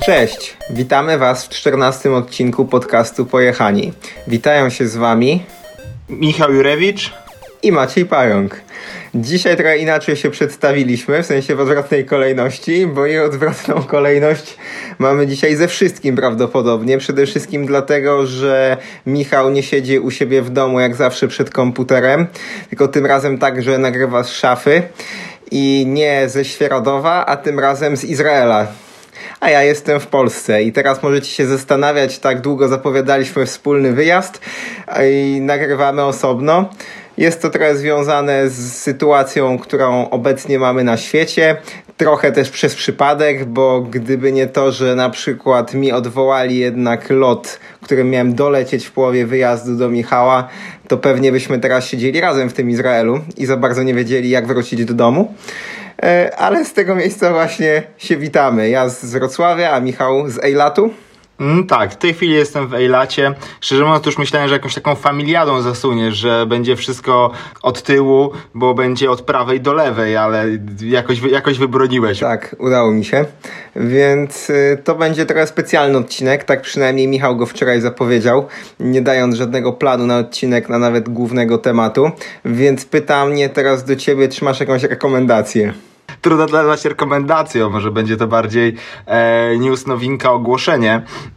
Cześć, witamy Was w 14 odcinku podcastu Pojechani. Witają się z Wami Michał Jurewicz i Maciej Pająk. Dzisiaj trochę inaczej się przedstawiliśmy, w sensie w odwrotnej kolejności, bo i odwrotną kolejność mamy dzisiaj ze wszystkim prawdopodobnie. Przede wszystkim dlatego, że Michał nie siedzi u siebie w domu jak zawsze przed komputerem, tylko tym razem także nagrywa z szafy i nie ze Świeradowa, a tym razem z Izraela. A ja jestem w Polsce i teraz możecie się zastanawiać, tak długo zapowiadaliśmy wspólny wyjazd i nagrywamy osobno. Jest to trochę związane z sytuacją, którą obecnie mamy na świecie. Trochę też przez przypadek, bo gdyby nie to, że na przykład mi odwołali jednak lot, którym miałem dolecieć w połowie wyjazdu do Michała, to pewnie byśmy teraz siedzieli razem w tym Izraelu i za bardzo nie wiedzieli, jak wrócić do domu. Ale z tego miejsca właśnie się witamy. Ja z Wrocławia, a Michał z Eilatu. Tak, w tej chwili jestem w Eilacie. Szczerze mówiąc, już myślałem, że jakąś taką familiadą zasuniesz, że będzie wszystko od tyłu, bo będzie od prawej do lewej, ale jakoś wybroniłeś. Tak, udało mi się. Więc to będzie trochę specjalny odcinek, tak przynajmniej Michał go wczoraj zapowiedział, nie dając żadnego planu na odcinek, na nawet głównego tematu. Więc pytam mnie teraz do ciebie, czy masz jakąś rekomendację? Trudno dać rekomendacją, może będzie to bardziej news, nowinka, ogłoszenie,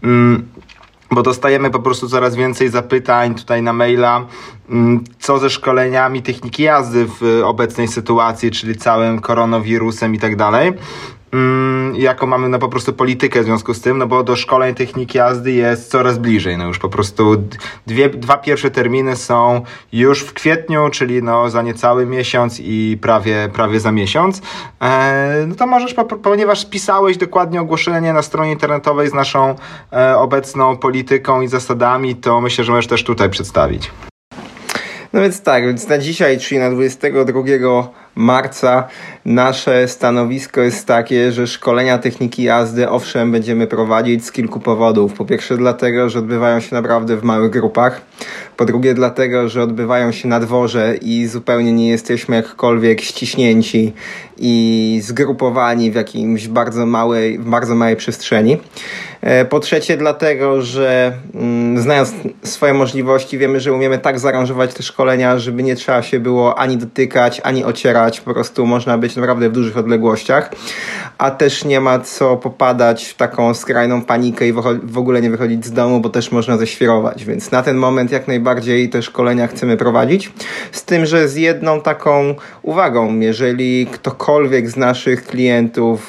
bo dostajemy po prostu coraz więcej zapytań tutaj na maila, co ze szkoleniami techniki jazdy w obecnej sytuacji, czyli całym koronawirusem i tak dalej. Jaką mamy po prostu politykę w związku z tym, bo do szkoleń techniki jazdy jest coraz bliżej. Już po prostu dwa pierwsze terminy są już w kwietniu, czyli za niecały miesiąc i prawie za miesiąc. To możesz, ponieważ spisałeś dokładnie ogłoszenie na stronie internetowej z naszą obecną polityką i zasadami, to myślę, że możesz też tutaj przedstawić. No więc na dzisiaj, czyli na 22 marca, nasze stanowisko jest takie, że szkolenia techniki jazdy owszem będziemy prowadzić z kilku powodów. Po pierwsze dlatego, że odbywają się naprawdę w małych grupach. Po drugie dlatego, że odbywają się na dworze i zupełnie nie jesteśmy jakkolwiek ściśnięci i zgrupowani w jakimś bardzo małej przestrzeni. Po trzecie dlatego, że znając swoje możliwości wiemy, że umiemy tak zaaranżować te szkolenia, żeby nie trzeba się było ani dotykać, ani ocierać. Po prostu można być naprawdę w dużych odległościach. A też nie ma co popadać w taką skrajną panikę i w ogóle nie wychodzić z domu, bo też można ześwirować. Więc na ten moment jak najbardziej te szkolenia chcemy prowadzić. Z tym, że z jedną taką uwagą, jeżeli ktokolwiek z naszych klientów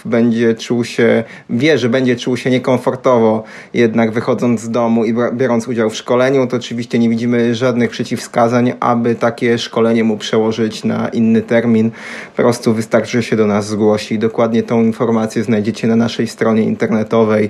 wie, że będzie czuł się niekomfortowo jednak wychodząc z domu i biorąc udział w szkoleniu, to oczywiście nie widzimy żadnych przeciwwskazań, aby takie szkolenie mu przełożyć na inny termin. Po prostu wystarczy, że się do nas zgłosi. Dokładnie tą informację znajdziecie na naszej stronie internetowej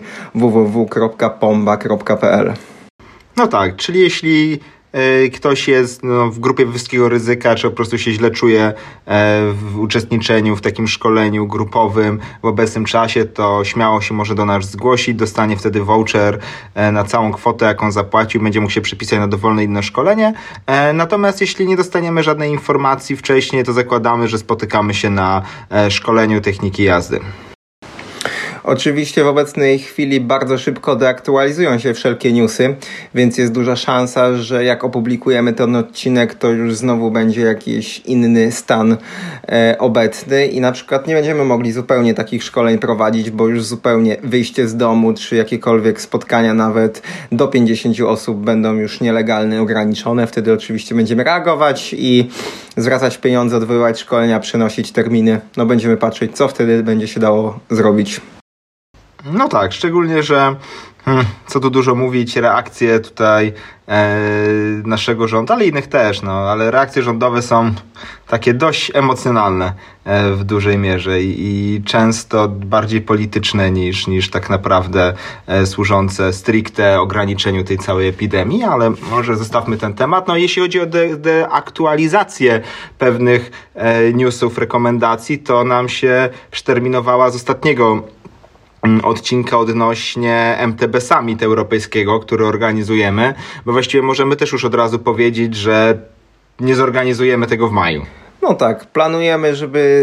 www.pomba.pl. No tak, czyli jeśli ktoś jest w grupie wysokiego ryzyka, czy po prostu się źle czuje w uczestniczeniu w takim szkoleniu grupowym w obecnym czasie, to śmiało się może do nas zgłosić, dostanie wtedy voucher na całą kwotę, jaką zapłacił, będzie mógł się przypisać na dowolne inne szkolenie. Natomiast jeśli nie dostaniemy żadnej informacji wcześniej, to zakładamy, że spotykamy się na szkoleniu techniki jazdy. Oczywiście w obecnej chwili bardzo szybko deaktualizują się wszelkie newsy, więc jest duża szansa, że jak opublikujemy ten odcinek, to już znowu będzie jakiś inny stan obecny i na przykład nie będziemy mogli zupełnie takich szkoleń prowadzić, bo już zupełnie wyjście z domu, czy jakiekolwiek spotkania nawet do 50 osób będą już nielegalne, ograniczone. Wtedy oczywiście będziemy reagować i zwracać pieniądze, odwoływać szkolenia, przenosić terminy. Będziemy patrzeć, co wtedy będzie się dało zrobić. No tak, szczególnie, że co tu dużo mówić, reakcje tutaj naszego rządu, ale innych też, ale reakcje rządowe są takie dość emocjonalne w dużej mierze i często bardziej polityczne niż tak naprawdę służące stricte ograniczeniu tej całej epidemii, ale może zostawmy ten temat. Jeśli chodzi o deaktualizację pewnych newsów, rekomendacji, to nam się przeterminowała z ostatniego odcinka odnośnie MTB Summit europejskiego, który organizujemy, bo właściwie możemy też już od razu powiedzieć, że nie zorganizujemy tego w maju. No tak, planujemy, żeby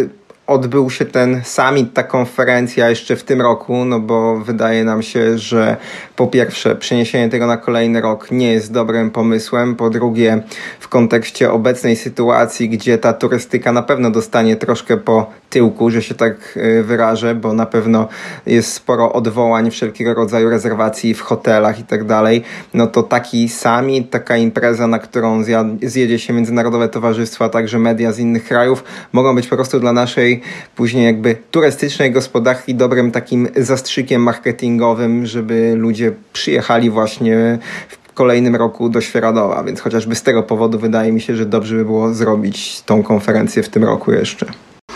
odbył się ten summit, ta konferencja jeszcze w tym roku, no bo wydaje nam się, że po pierwsze przeniesienie tego na kolejny rok nie jest dobrym pomysłem, po drugie w kontekście obecnej sytuacji, gdzie ta turystyka na pewno dostanie troszkę po tyłku, że się tak wyrażę, bo na pewno jest sporo odwołań, wszelkiego rodzaju rezerwacji w hotelach i tak dalej, no to taki summit, taka impreza, na którą zjedzie się międzynarodowe towarzystwa, a także media z innych krajów, mogą być po prostu dla naszej później jakby turystycznej gospodarki dobrym takim zastrzykiem marketingowym, żeby ludzie przyjechali właśnie w kolejnym roku do Świeradowa, więc chociażby z tego powodu wydaje mi się, że dobrze by było zrobić tą konferencję w tym roku jeszcze.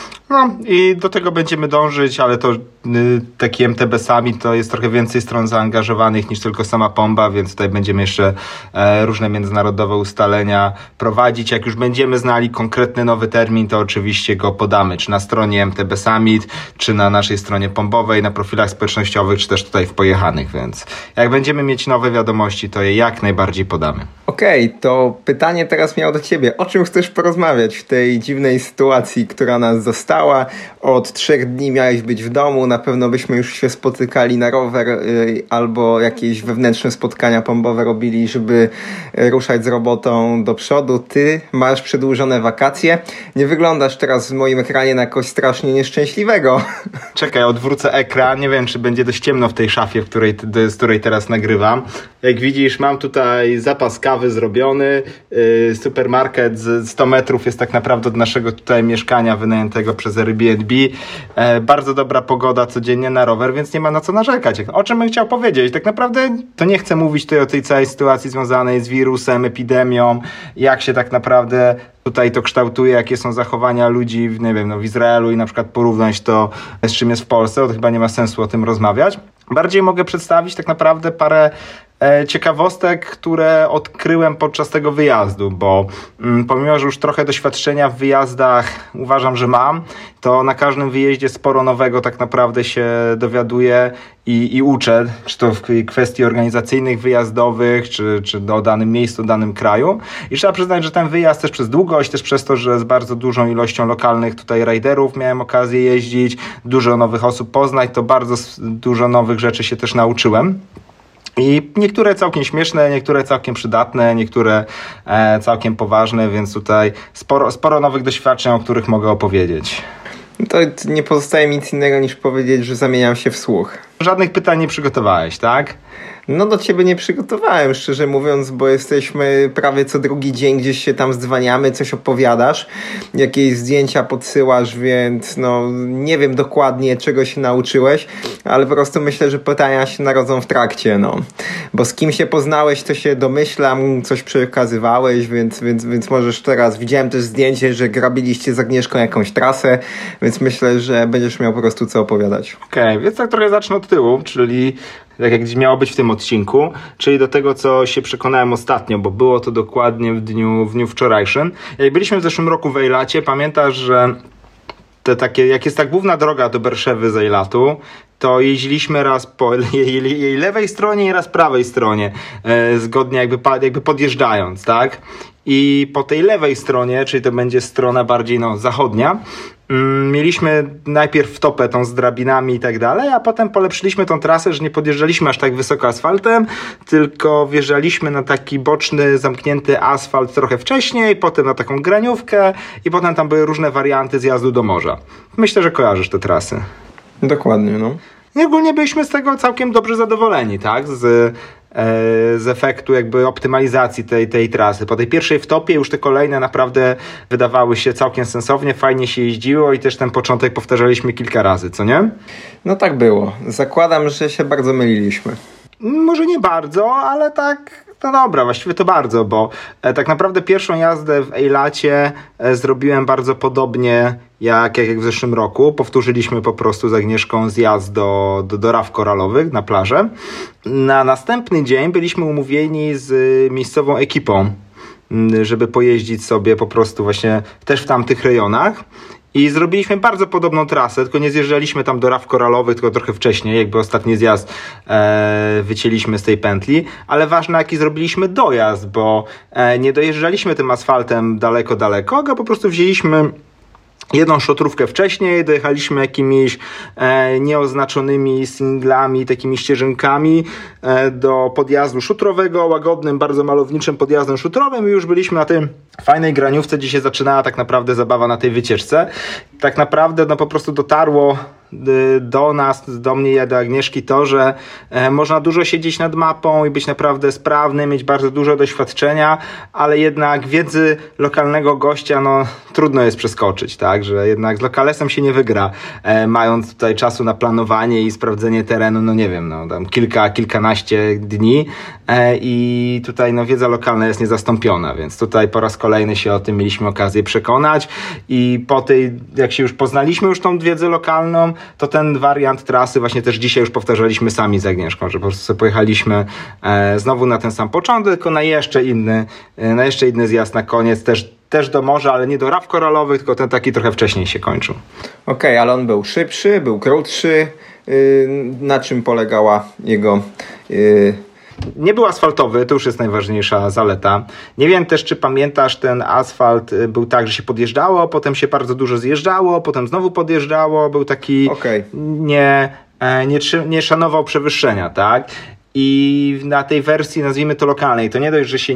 No i do tego będziemy dążyć, ale to taki MTB Summit to jest trochę więcej stron zaangażowanych niż tylko sama Pomba, więc tutaj będziemy jeszcze różne międzynarodowe ustalenia prowadzić. Jak już będziemy znali konkretny nowy termin, to oczywiście go podamy, czy na stronie MTB Summit, czy na naszej stronie pombowej, na profilach społecznościowych, czy też tutaj w Pojechanych, więc jak będziemy mieć nowe wiadomości, to je jak najbardziej podamy. Okej, to pytanie teraz miało do ciebie. O czym chcesz porozmawiać w tej dziwnej sytuacji, która nas została? Od 3 dni miałeś być w domu, na pewno byśmy już się spotykali na rower albo jakieś wewnętrzne spotkania pombowe robili, żeby ruszać z robotą do przodu. Ty masz przedłużone wakacje. Nie wyglądasz teraz w moim ekranie na kogoś strasznie nieszczęśliwego. Czekaj, odwrócę ekran. Nie wiem, czy będzie dość ciemno w tej szafie, z której teraz nagrywam. Jak widzisz, mam tutaj zapas kawy zrobiony. Supermarket z 100 metrów jest tak naprawdę od naszego tutaj mieszkania wynajętego przez Airbnb. Bardzo dobra pogoda codziennie na rower, więc nie ma na co narzekać. O czym bym chciał powiedzieć? Tak naprawdę to nie chcę mówić tutaj o tej całej sytuacji związanej z wirusem, epidemią, jak się tak naprawdę tutaj to kształtuje, jakie są zachowania ludzi w Izraelu i na przykład porównać to z czym jest w Polsce, to chyba nie ma sensu o tym rozmawiać. Bardziej mogę przedstawić tak naprawdę parę ciekawostek, które odkryłem podczas tego wyjazdu, bo pomimo, że już trochę doświadczenia w wyjazdach uważam, że mam, to na każdym wyjeździe sporo nowego tak naprawdę się dowiaduję i uczę, czy to w kwestii organizacyjnych, wyjazdowych, czy o danym miejscu, danym kraju. I trzeba przyznać, że ten wyjazd też przez długość, też przez to, że z bardzo dużą ilością lokalnych tutaj rajderów miałem okazję jeździć, dużo nowych osób poznać, to bardzo dużo nowych rzeczy się też nauczyłem. I niektóre całkiem śmieszne, niektóre całkiem przydatne, niektóre całkiem poważne, więc tutaj sporo nowych doświadczeń, o których mogę opowiedzieć. To nie pozostaje mi nic innego niż powiedzieć, że zamieniam się w słuch. Żadnych pytań nie przygotowałeś, tak? No do ciebie nie przygotowałem, szczerze mówiąc, bo jesteśmy prawie co drugi dzień, gdzieś się tam zdzwaniamy, coś opowiadasz, jakieś zdjęcia podsyłasz, więc no nie wiem dokładnie czego się nauczyłeś, ale po prostu myślę, że pytania się narodzą w trakcie, no. Bo z kim się poznałeś, to się domyślam, coś przekazywałeś, więc możesz teraz, widziałem też zdjęcie, że grabiliście z Agnieszką jakąś trasę, więc myślę, że będziesz miał po prostu co opowiadać. Okej, więc tak trochę zacznę od tyłu, czyli tak jak miało być w tym odcinku, czyli do tego, co się przekonałem ostatnio, bo było to dokładnie w dniu wczorajszym. Jak byliśmy w zeszłym roku w Ejlacie, pamiętasz, że jak jest ta główna droga do Berszewy z Ejlatu, to jeździliśmy raz po jej lewej stronie i raz prawej stronie, zgodnie jakby podjeżdżając, tak? I po tej lewej stronie, czyli to będzie strona bardziej zachodnia, mieliśmy najpierw wtopę tą z drabinami i tak dalej, a potem polepszyliśmy tą trasę, że nie podjeżdżaliśmy aż tak wysoko asfaltem, tylko wjeżdżaliśmy na taki boczny, zamknięty asfalt trochę wcześniej, potem na taką graniówkę i potem tam były różne warianty zjazdu do morza. Myślę, że kojarzysz te trasy. Dokładnie, no. I ogólnie byliśmy z tego całkiem dobrze zadowoleni, tak? Z efektu jakby optymalizacji tej trasy. Po tej pierwszej wtopie już te kolejne naprawdę wydawały się całkiem sensownie, fajnie się jeździło i też ten początek powtarzaliśmy kilka razy, co nie? No tak było. Zakładam, że się bardzo myliliśmy. Może nie bardzo, ale tak... No dobra, właściwie to bardzo, bo tak naprawdę pierwszą jazdę w Ejlacie zrobiłem bardzo podobnie jak w zeszłym roku. Powtórzyliśmy po prostu z Agnieszką zjazd do Raw Koralowych na plażę. Na następny dzień byliśmy umówieni z miejscową ekipą, żeby pojeździć sobie po prostu właśnie też w tamtych rejonach. I zrobiliśmy bardzo podobną trasę, tylko nie zjeżdżaliśmy tam do Raw Koralowych, tylko trochę wcześniej, jakby ostatni zjazd wycięliśmy z tej pętli, ale ważne jaki zrobiliśmy dojazd, bo nie dojeżdżaliśmy tym asfaltem daleko, a po prostu wzięliśmy jedną szotrówkę wcześniej, dojechaliśmy jakimiś nieoznaczonymi singlami, takimi ścieżynkami do podjazdu szutrowego, łagodnym, bardzo malowniczym podjazdem szutrowym i już byliśmy na tym fajnej graniówce, gdzie się zaczynała tak naprawdę zabawa na tej wycieczce. Tak naprawdę no po prostu dotarło do nas, do mnie i do Agnieszki to, że można dużo siedzieć nad mapą i być naprawdę sprawny, mieć bardzo dużo doświadczenia, ale jednak wiedzy lokalnego gościa no trudno jest przeskoczyć, tak, że jednak z lokalesem się nie wygra, mając tutaj czasu na planowanie i sprawdzenie terenu, no nie wiem, no tam kilkanaście dni i tutaj no wiedza lokalna jest niezastąpiona, więc tutaj po raz kolejny się o tym mieliśmy okazję przekonać i po tej, jak się już poznaliśmy już tą wiedzę lokalną, to ten wariant trasy właśnie też dzisiaj już powtarzaliśmy sami z Agnieszką, że po prostu sobie pojechaliśmy znowu na ten sam początek, tylko na jeszcze inny zjazd na koniec, też do morza, ale nie do raf koralowych, tylko ten taki trochę wcześniej się kończył. Okej, ale on był szybszy, był krótszy. Na czym polegała jego... Nie był asfaltowy, to już jest najważniejsza zaleta. Nie wiem też, czy pamiętasz, ten asfalt był tak, że się podjeżdżało, potem się bardzo dużo zjeżdżało, potem znowu podjeżdżało, był taki nie szanował przewyższenia, tak? I na tej wersji, nazwijmy to lokalnej, to nie dość, że się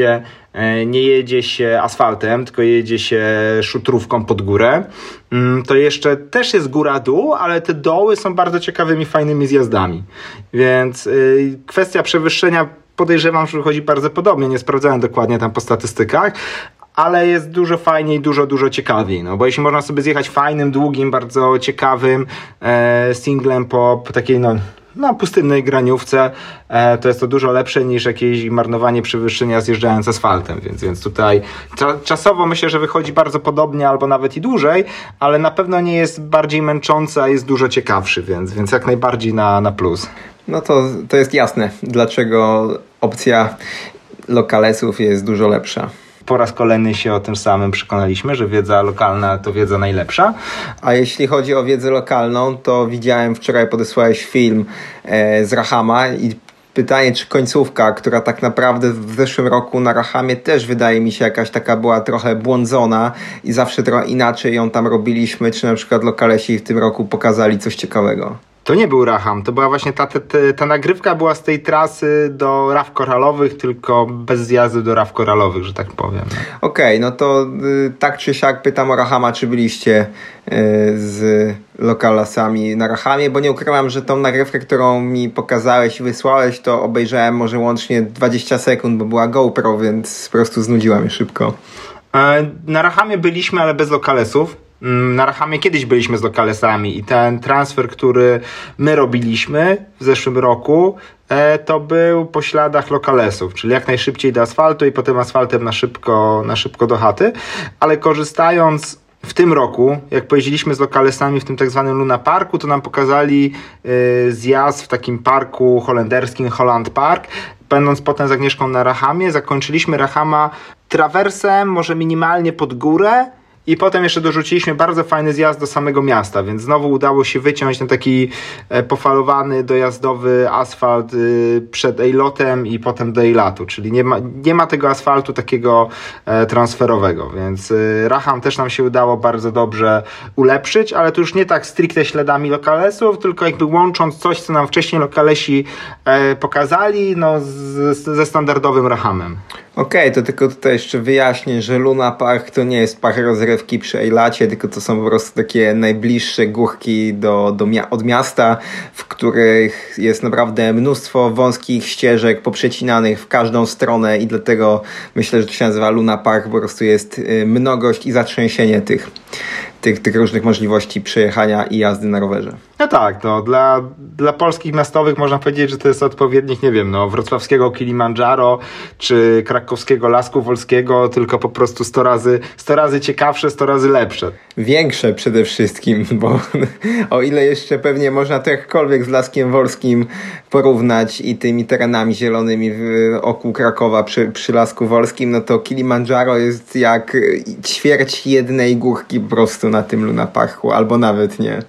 nie jedzie się asfaltem, tylko jedzie się szutrówką pod górę, to jeszcze też jest góra-dół, ale te doły są bardzo ciekawymi, fajnymi zjazdami. Więc kwestia przewyższenia podejrzewam, że wychodzi bardzo podobnie. Nie sprawdzałem dokładnie tam po statystykach, ale jest dużo fajniej, dużo ciekawiej. No bo jeśli można sobie zjechać fajnym, długim, bardzo ciekawym singlem po takiej pustynnej graniówce, to jest to dużo lepsze niż jakieś marnowanie przewyższenia zjeżdżając asfaltem, więc tutaj czasowo myślę, że wychodzi bardzo podobnie albo nawet i dłużej, ale na pewno nie jest bardziej męczący, a jest dużo ciekawszy, więc jak najbardziej na plus. No to jest jasne, dlaczego opcja lokalesów jest dużo lepsza. Po raz kolejny się o tym samym przekonaliśmy, że wiedza lokalna to wiedza najlepsza. A jeśli chodzi o wiedzę lokalną, to widziałem wczoraj, podesłałeś film z Rahama i pytanie, czy końcówka, która tak naprawdę w zeszłym roku na Rahamie też wydaje mi się jakaś taka była trochę błądzona i zawsze trochę inaczej ją tam robiliśmy, czy na przykład lokalesi w tym roku pokazali coś ciekawego. To nie był Raham, to była właśnie ta nagrywka była z tej trasy do raf koralowych, tylko bez zjazdu do raf koralowych, że tak powiem. Okej, no to tak czy siak pytam o Rahama, czy byliście z lokalesami na Rahamie, bo nie ukrywam, że tą nagrywkę, którą mi pokazałeś i wysłałeś, to obejrzałem może łącznie 20 sekund, bo była GoPro, więc po prostu znudziła mnie szybko. Na Rahamie byliśmy, ale bez lokalesów. Na Rahamie kiedyś byliśmy z lokalesami i ten transfer, który my robiliśmy w zeszłym roku, to był po śladach lokalesów, czyli jak najszybciej do asfaltu i potem asfaltem na szybko do chaty, ale korzystając w tym roku, jak pojeździliśmy z lokalesami w tym tak zwanym Luna Parku, to nam pokazali zjazd w takim parku holenderskim, Holland Park. Będąc potem z Agnieszką na Rahamie, zakończyliśmy Rahama trawersem, może minimalnie pod górę, i potem jeszcze dorzuciliśmy bardzo fajny zjazd do samego miasta, więc znowu udało się wyciąć ten taki pofalowany, dojazdowy asfalt przed Ejlotem i potem do Ejlatu, czyli nie ma tego asfaltu takiego transferowego, więc Raham też nam się udało bardzo dobrze ulepszyć, ale to już nie tak stricte śladami lokalesów, tylko jakby łącząc coś, co nam wcześniej lokalesi pokazali, ze standardowym Rahamem. Okej, to tylko tutaj jeszcze wyjaśnię, że Luna Park to nie jest park rozrywki przy Ejlacie, tylko to są po prostu takie najbliższe górki od miasta, w których jest naprawdę mnóstwo wąskich ścieżek poprzecinanych w każdą stronę i dlatego myślę, że to się nazywa Luna Park, po prostu jest mnogość i zatrzęsienie tych różnych możliwości przejechania i jazdy na rowerze. No tak, dla polskich miastowych można powiedzieć, że to jest odpowiednik, nie wiem, wrocławskiego Kilimandżaro czy krakowskiego Lasku Wolskiego, tylko po prostu 100 razy ciekawsze, 100 razy lepsze. Większe przede wszystkim, bo o ile jeszcze pewnie można to jakkolwiek z Laskiem Wolskim porównać i tymi terenami zielonymi wokół Krakowa przy Lasku Wolskim, no to Kilimandżaro jest jak ćwierć jednej górki po prostu na tym Luna Parku, albo nawet nie.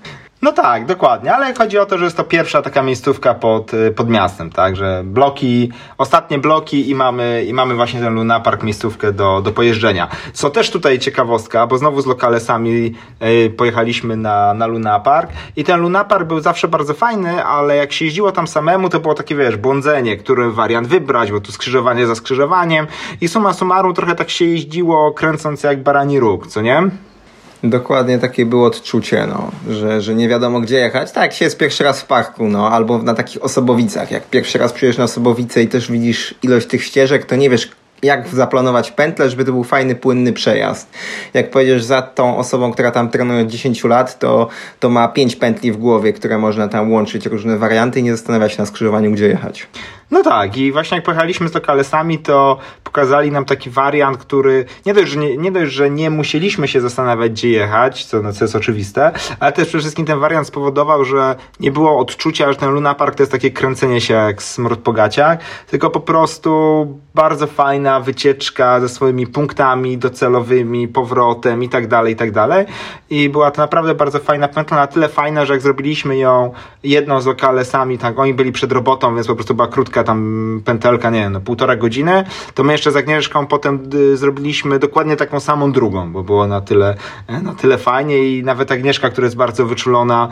No tak, dokładnie, ale chodzi o to, że jest to pierwsza taka miejscówka pod miastem, tak, że ostatnie bloki i mamy właśnie ten Luna Park, miejscówkę do pojeżdżenia. Co też tutaj ciekawostka, bo znowu z lokalesami pojechaliśmy na Luna Park i ten Luna Park był zawsze bardzo fajny, ale jak się jeździło tam samemu, to było takie, błądzenie, który wariant wybrać, bo tu skrzyżowanie za skrzyżowaniem i summa summarum trochę tak się jeździło, kręcąc jak barani róg, co nie? Dokładnie takie było odczucie, że nie wiadomo gdzie jechać. Tak, się jest pierwszy raz w parku, albo na takich Osobowicach. Jak pierwszy raz przyjeżdżasz na Osobowice i też widzisz ilość tych ścieżek, to nie wiesz, jak zaplanować pętlę, żeby to był fajny, płynny przejazd. Jak pojedziesz za tą osobą, która tam trenuje od 10 lat, to ma 5 pętli w głowie, które można tam łączyć, różne warianty i nie zastanawia się na skrzyżowaniu, gdzie jechać. No tak, i właśnie jak pojechaliśmy z lokalesami, to pokazali nam taki wariant, który nie dość, że nie musieliśmy się zastanawiać, gdzie jechać, co jest oczywiste, ale też przede wszystkim ten wariant spowodował, że nie było odczucia, że ten Luna Park to jest takie kręcenie się jak smród po gaciach, tylko po prostu bardzo fajna wycieczka ze swoimi punktami docelowymi, powrotem i tak dalej, i tak dalej. I była to naprawdę bardzo fajna pętla, na tyle fajna, że jak zrobiliśmy ją jedną z lokalesami, tak, oni byli przed robotą, więc po prostu była krótka tam pętelka, nie wiem, 1,5 godziny, to my jeszcze z Agnieszką potem zrobiliśmy dokładnie taką samą drugą, bo było na tyle fajnie i nawet Agnieszka, która jest bardzo wyczulona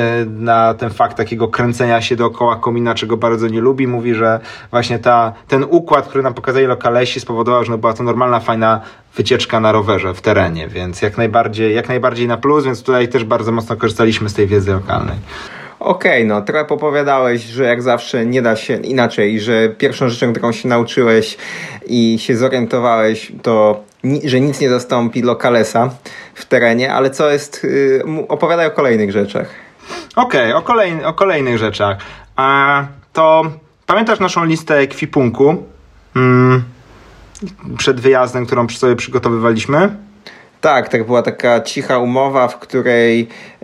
na ten fakt takiego kręcenia się dookoła komina, czego bardzo nie lubi, mówi, że właśnie ten układ, który nam pokazali lokalesi, spowodował, że była to normalna, fajna wycieczka na rowerze w terenie, więc jak najbardziej na plus, więc tutaj też bardzo mocno korzystaliśmy z tej wiedzy lokalnej. Okej, trochę popowiadałeś, że jak zawsze nie da się inaczej, że pierwszą rzeczą, którą się nauczyłeś i się zorientowałeś, to że nic nie zastąpi lokalesa w terenie, ale co jest, opowiadaj o kolejnych rzeczach. Okej, o kolejnych rzeczach. To pamiętasz naszą listę ekwipunku przed wyjazdem, którą sobie przygotowywaliśmy? Tak, była taka cicha umowa, w której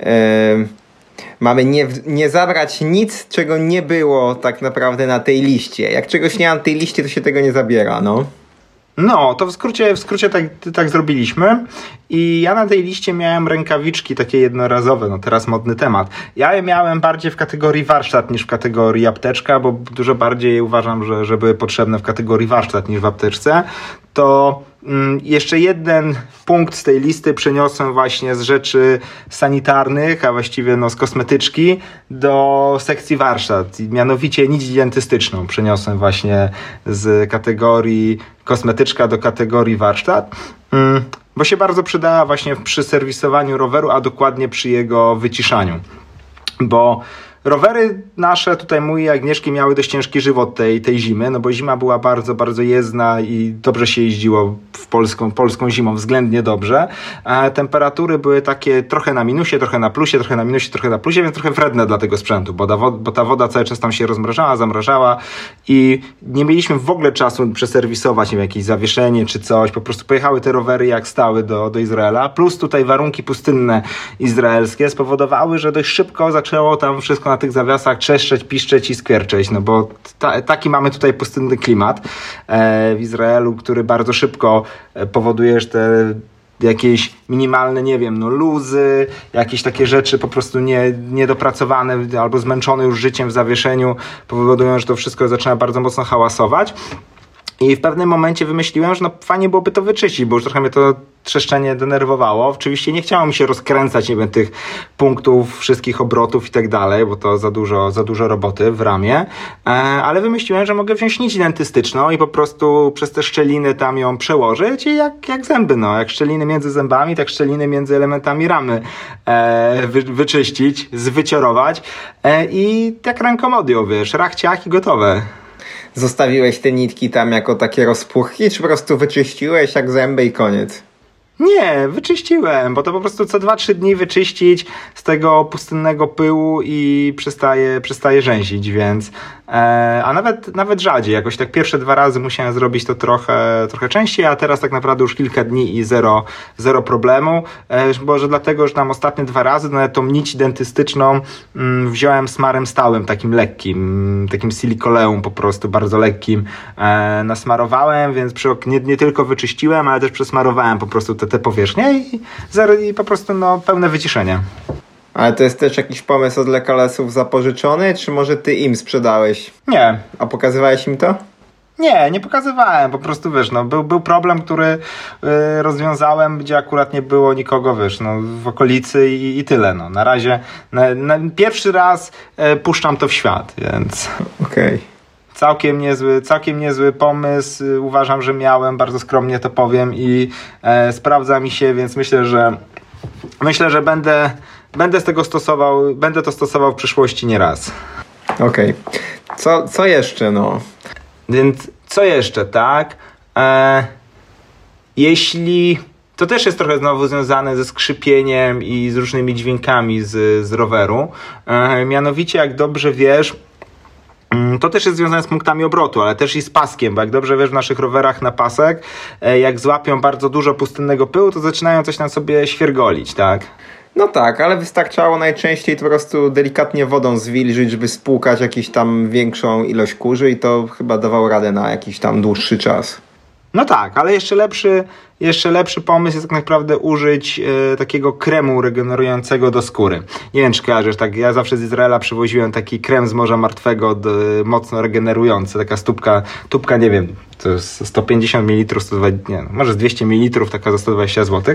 mamy nie zabrać nic, czego nie było tak naprawdę na tej liście. Jak czegoś nie ma na tej liście, to się tego nie zabiera, No, to w skrócie tak zrobiliśmy i ja na tej liście miałem rękawiczki takie jednorazowe, teraz modny temat. Ja je miałem bardziej w kategorii warsztat niż w kategorii apteczka, bo dużo bardziej uważam, że były potrzebne w kategorii warsztat niż w apteczce. To jeszcze jeden punkt z tej listy przeniosłem właśnie z rzeczy sanitarnych, a właściwie z kosmetyczki do sekcji warsztat. Mianowicie nić dentystyczną przeniosłem właśnie z kategorii kosmetyczka do kategorii warsztat, bo się bardzo przydała właśnie przy serwisowaniu roweru, a dokładnie przy jego wyciszaniu. Bo rowery nasze, tutaj mój i Agnieszki, miały dość ciężki żywot tej zimy, bo zima była bardzo, bardzo jezdna i dobrze się jeździło w polską zimą, względnie dobrze. Temperatury były takie trochę na minusie, trochę na plusie, trochę na minusie, trochę na plusie, więc trochę wredne dla tego sprzętu, bo ta woda cały czas tam się rozmrażała, zamrażała i nie mieliśmy w ogóle czasu przeserwisować, nie wiem, jakieś zawieszenie czy coś. Po prostu pojechały te rowery jak stały do Izraela, plus tutaj warunki pustynne izraelskie spowodowały, że dość szybko zaczęło tam wszystko na tych zawiasach trzeszczeć, piszczeć i skwierczeć, bo taki mamy tutaj pustynny klimat w Izraelu, który bardzo szybko powoduje, że te jakieś minimalne, nie wiem, luzy, jakieś takie rzeczy po prostu niedopracowane albo zmęczone już życiem w zawieszeniu powodują, że to wszystko zaczyna bardzo mocno hałasować. I w pewnym momencie wymyśliłem, że fajnie byłoby to wyczyścić, bo już trochę mnie to trzeszczenie denerwowało. Oczywiście nie chciało mi się rozkręcać, nie wiem, tych punktów, wszystkich obrotów i tak dalej, bo to za dużo roboty w ramie, ale wymyśliłem, że mogę wziąć nić dentystyczną i po prostu przez te szczeliny tam ją przełożyć i jak zęby, jak szczeliny między zębami, tak szczeliny między elementami ramy wyczyścić, zwyciorować i jak rękomodią, rach, ciach i gotowe. Zostawiłeś te nitki tam jako takie rozpuchki, czy po prostu wyczyściłeś jak zęby i koniec? Nie, wyczyściłem, bo to po prostu co 2-3 dni wyczyścić z tego pustynnego pyłu i przestaje rzęsić, więc a nawet rzadziej, jakoś tak pierwsze 2 razy musiałem zrobić to trochę częściej, a teraz tak naprawdę już kilka dni i zero problemu, może dlatego, że tam ostatnie 2 razy nawet tą nić dentystyczną wziąłem smarem stałym, takim lekkim, takim silikoleum po prostu, bardzo lekkim, nasmarowałem, więc nie tylko wyczyściłem, ale też przesmarowałem po prostu te powierzchnie i po prostu pełne wyciszenie. Ale to jest też jakiś pomysł od Lekalesów zapożyczony, czy może ty im sprzedałeś? Nie. A pokazywałeś im to? Nie pokazywałem, po prostu wiesz, no był problem, który rozwiązałem, gdzie akurat nie było nikogo, wiesz, no w okolicy i tyle, no. Na razie, pierwszy raz puszczam to w świat, więc... Okej. Całkiem niezły pomysł, uważam, że miałem, bardzo skromnie to powiem i sprawdza mi się, więc myślę, że będę z tego będę to stosował w przyszłości nieraz. Okej. Co jeszcze, no? Więc co jeszcze, tak? Jeśli... To też jest trochę znowu związane ze skrzypieniem i z różnymi dźwiękami z roweru. Mianowicie, jak dobrze wiesz, to też jest związane z punktami obrotu, ale też i z paskiem, bo jak dobrze wiesz, w naszych rowerach na pasek, jak złapią bardzo dużo pustynnego pyłu, to zaczynają coś tam sobie świergolić, tak? No tak, ale wystarczało najczęściej po prostu delikatnie wodą zwilżyć, żeby spłukać jakąś tam większą ilość kurzy i to chyba dawało radę na jakiś tam dłuższy czas. No tak, ale jeszcze lepszy pomysł jest tak naprawdę użyć takiego kremu regenerującego do skóry. Nie wiem, czy kojarzysz, tak, ja zawsze z Izraela przywoziłem taki krem z Morza Martwego mocno regenerujący, taka tubka, nie wiem, to jest 150 ml, 120, nie, może z 200 ml, taka za 120 zł.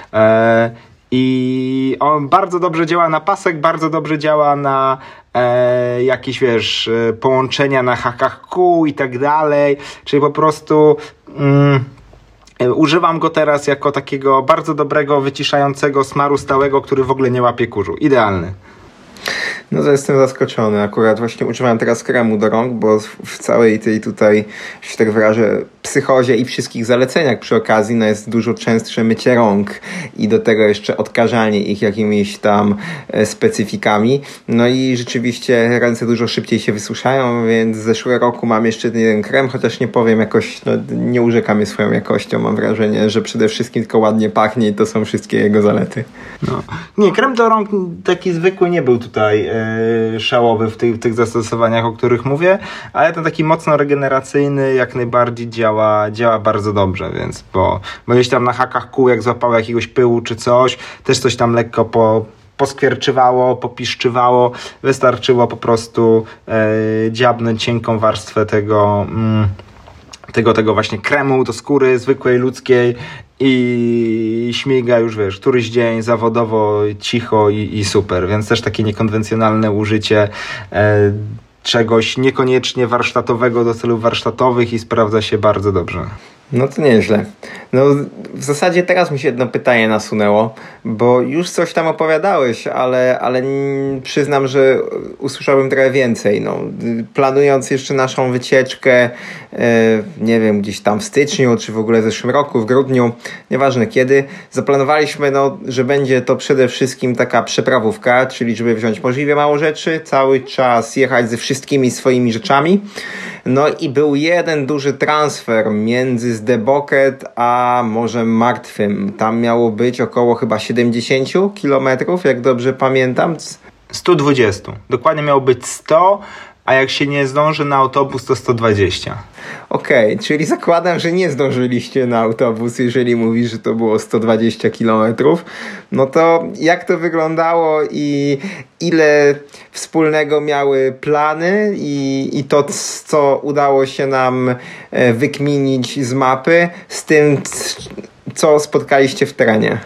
I on bardzo dobrze działa na pasek, bardzo dobrze działa na jakieś, wiesz, połączenia na hakach kół i tak dalej, czyli po prostu używam go teraz jako takiego bardzo dobrego, wyciszającego smaru stałego, który w ogóle nie łapie kurzu. Idealny. No to jestem zaskoczony. Akurat właśnie używam teraz kremu do rąk, bo w całej tej tutaj, się tak wyrażę, psychozie i wszystkich zaleceniach przy okazji, no jest dużo częstsze mycie rąk i do tego jeszcze odkażanie ich jakimiś tam specyfikami. No i rzeczywiście ręce dużo szybciej się wysuszają, więc z zeszłego roku mam jeszcze jeden krem, chociaż nie powiem jakoś, no nie urzeka mnie swoją jakością. Mam wrażenie, że przede wszystkim tylko ładnie pachnie i to są wszystkie jego zalety. No. Nie, krem do rąk taki zwykły nie był tutaj szałowy w tych zastosowaniach, o których mówię, ale ten taki mocno regeneracyjny jak najbardziej działa bardzo dobrze, więc bo gdzieś tam na hakach kół, jak złapało jakiegoś pyłu czy też coś tam lekko poskwierczywało, popiszczywało, wystarczyło po prostu dziabnąć cienką warstwę tego właśnie kremu do skóry zwykłej, ludzkiej i śmiga już, wiesz, któryś dzień zawodowo, cicho i super, więc też takie niekonwencjonalne użycie czegoś niekoniecznie warsztatowego do celów warsztatowych i sprawdza się bardzo dobrze. No to nieźle. No w zasadzie teraz mi się jedno pytanie nasunęło, bo już coś tam opowiadałeś, ale przyznam, że usłyszałbym trochę więcej. No, planując jeszcze naszą wycieczkę, nie wiem, gdzieś tam w styczniu, czy w ogóle w zeszłym roku, w grudniu, nieważne kiedy, zaplanowaliśmy, no, że będzie to przede wszystkim taka przeprawówka, czyli żeby wziąć możliwie mało rzeczy, cały czas jechać ze wszystkimi swoimi rzeczami. No i był jeden duży transfer między Zdebucket a Morzem Martwym. Tam miało być około chyba 70 kilometrów, jak dobrze pamiętam. 120. Dokładnie miało być 100, a jak się nie zdąży na autobus, to 120. Okej, czyli zakładam, że nie zdążyliście na autobus, jeżeli mówisz, że to było 120 kilometrów. No to jak to wyglądało i ile wspólnego miały plany i to, co udało się nam wykminić z mapy, z tym, co spotkaliście w terenie?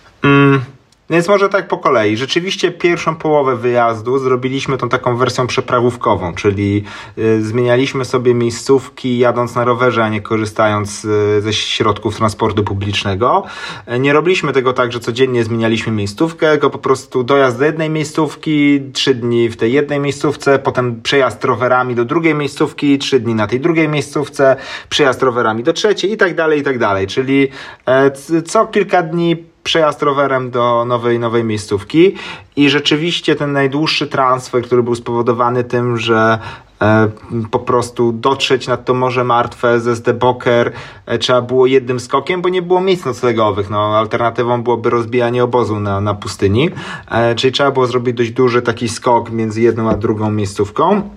Więc może tak po kolei. Rzeczywiście pierwszą połowę wyjazdu zrobiliśmy tą taką wersją przeprawówkową, czyli zmienialiśmy sobie miejscówki jadąc na rowerze, a nie korzystając ze środków transportu publicznego. Nie robiliśmy tego tak, że codziennie zmienialiśmy miejscówkę, tylko po prostu dojazd do jednej miejscówki, 3 dni w tej jednej miejscówce, potem przejazd rowerami do drugiej miejscówki, 3 dni na tej drugiej miejscówce, przejazd rowerami do trzeciej i tak dalej, czyli co kilka dni przejazd rowerem do nowej miejscówki i rzeczywiście ten najdłuższy transfer, który był spowodowany tym, że po prostu dotrzeć nad to Morze Martwe ze Zdebucket trzeba było jednym skokiem, bo nie było miejsc noclegowych. No, alternatywą byłoby rozbijanie obozu na pustyni, czyli trzeba było zrobić dość duży taki skok między jedną a drugą miejscówką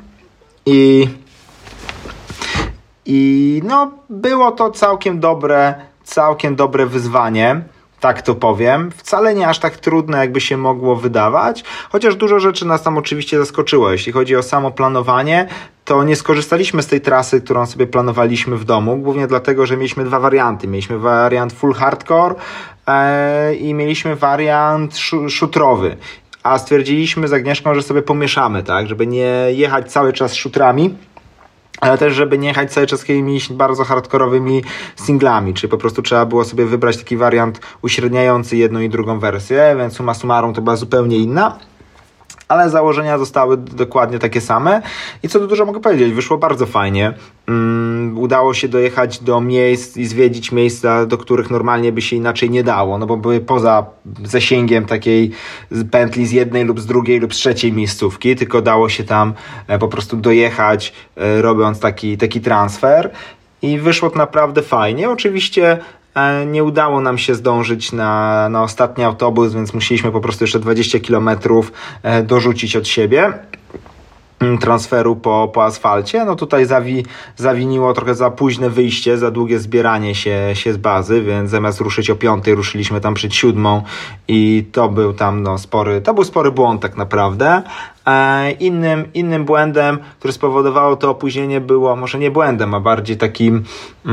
i no było to całkiem dobre wyzwanie. tak to powiem. Wcale nie aż tak trudne, jakby się mogło wydawać, chociaż dużo rzeczy nas tam oczywiście zaskoczyło. Jeśli chodzi o samo planowanie, to nie skorzystaliśmy z tej trasy, którą sobie planowaliśmy w domu, głównie dlatego, że mieliśmy dwa warianty. Mieliśmy wariant full hardcore i mieliśmy wariant szutrowy. A stwierdziliśmy z Agnieszką, że sobie pomieszamy, tak, żeby nie jechać cały czas szutrami, ale też, żeby nie jechać cały czas jakimiś bardzo hardkorowymi singlami, czyli po prostu trzeba było sobie wybrać taki wariant uśredniający jedną i drugą wersję, więc summa summarum to była zupełnie inna. Ale założenia zostały dokładnie takie same i co tu dużo mogę powiedzieć, wyszło bardzo fajnie. Udało się dojechać do miejsc i zwiedzić miejsca, do których normalnie by się inaczej nie dało, no bo były poza zasięgiem takiej pętli z jednej lub z drugiej lub z trzeciej miejscówki, tylko dało się tam po prostu dojechać, robiąc taki transfer i wyszło to naprawdę fajnie. Oczywiście nie udało nam się zdążyć na ostatni autobus, więc musieliśmy po prostu jeszcze 20 km dorzucić od siebie transferu po asfalcie. No tutaj zawiniło trochę za późne wyjście, za długie zbieranie się z bazy, więc zamiast ruszyć o 5 ruszyliśmy tam przed 7 i to był tam spory błąd tak naprawdę. Innym błędem, który spowodowało to opóźnienie, było może nie błędem, a bardziej takim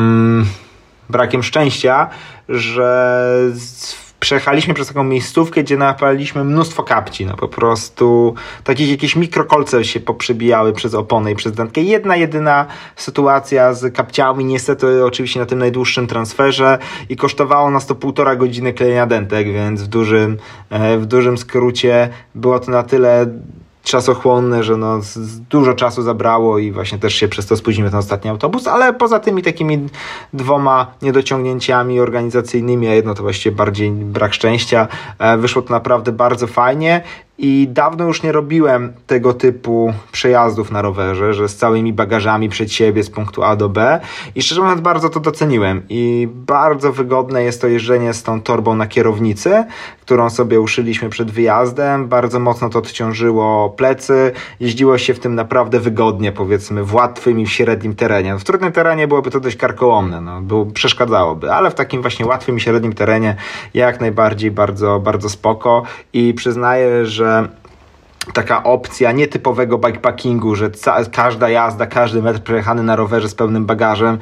brakiem szczęścia, że przejechaliśmy przez taką miejscówkę, gdzie napaliliśmy mnóstwo kapci, no po prostu jakieś mikrokolce się poprzebijały przez oponę i przez dętkę. Jedyna sytuacja z kapciami, niestety oczywiście na tym najdłuższym transferze i kosztowało nas to 1,5 godziny klejenia dętek, więc w dużym skrócie było to na tyle czasochłonne, że dużo czasu zabrało i właśnie też się przez to spóźnimy ten ostatni autobus, ale poza tymi takimi 2 niedociągnięciami organizacyjnymi, a jedno to właściwie bardziej brak szczęścia, wyszło to naprawdę bardzo fajnie i dawno już nie robiłem tego typu przejazdów na rowerze, że z całymi bagażami przed siebie z punktu A do B i szczerze mówiąc bardzo to doceniłem i bardzo wygodne jest to jeżdżenie z tą torbą na kierownicy, którą sobie uszyliśmy przed wyjazdem, bardzo mocno to odciążyło plecy, jeździło się w tym naprawdę wygodnie, powiedzmy w łatwym i w średnim terenie. W trudnym terenie byłoby to dość karkołomne, przeszkadzałoby, ale w takim właśnie łatwym i średnim terenie jak najbardziej bardzo, bardzo spoko i przyznaję, że taka opcja nietypowego bikepackingu, że każda jazda, każdy metr przejechany na rowerze z pełnym bagażem,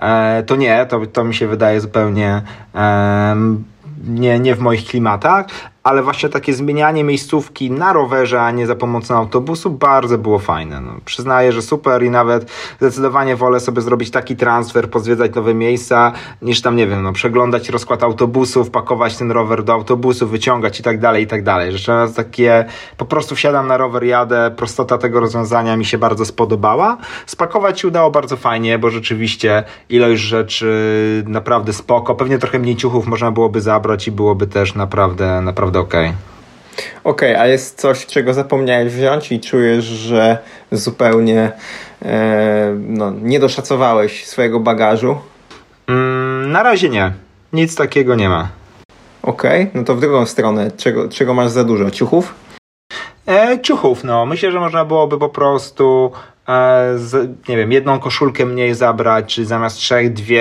to mi się wydaje zupełnie nie w moich klimatach, ale właśnie takie zmienianie miejscówki na rowerze, a nie za pomocą autobusu bardzo było fajne. Przyznaję, że super i nawet zdecydowanie wolę sobie zrobić taki transfer, pozwiedzać nowe miejsca, niż tam, nie wiem, przeglądać rozkład autobusów, pakować ten rower do autobusu, wyciągać i tak dalej. Że takie, po prostu wsiadam na rower, jadę, prostota tego rozwiązania mi się bardzo spodobała. Spakować się udało bardzo fajnie, bo rzeczywiście ilość rzeczy naprawdę spoko. Pewnie trochę mniej ciuchów można byłoby zabrać i byłoby też naprawdę okej. Okej, a jest coś, czego zapomniałeś wziąć i czujesz, że zupełnie nie doszacowałeś swojego bagażu? Na razie nie. Nic takiego nie ma. Okej, no to w drugą stronę. Czego masz za dużo? Ciuchów? Ciuchów, myślę, że można byłoby po prostu jedną koszulkę mniej zabrać, czy zamiast 3, 2,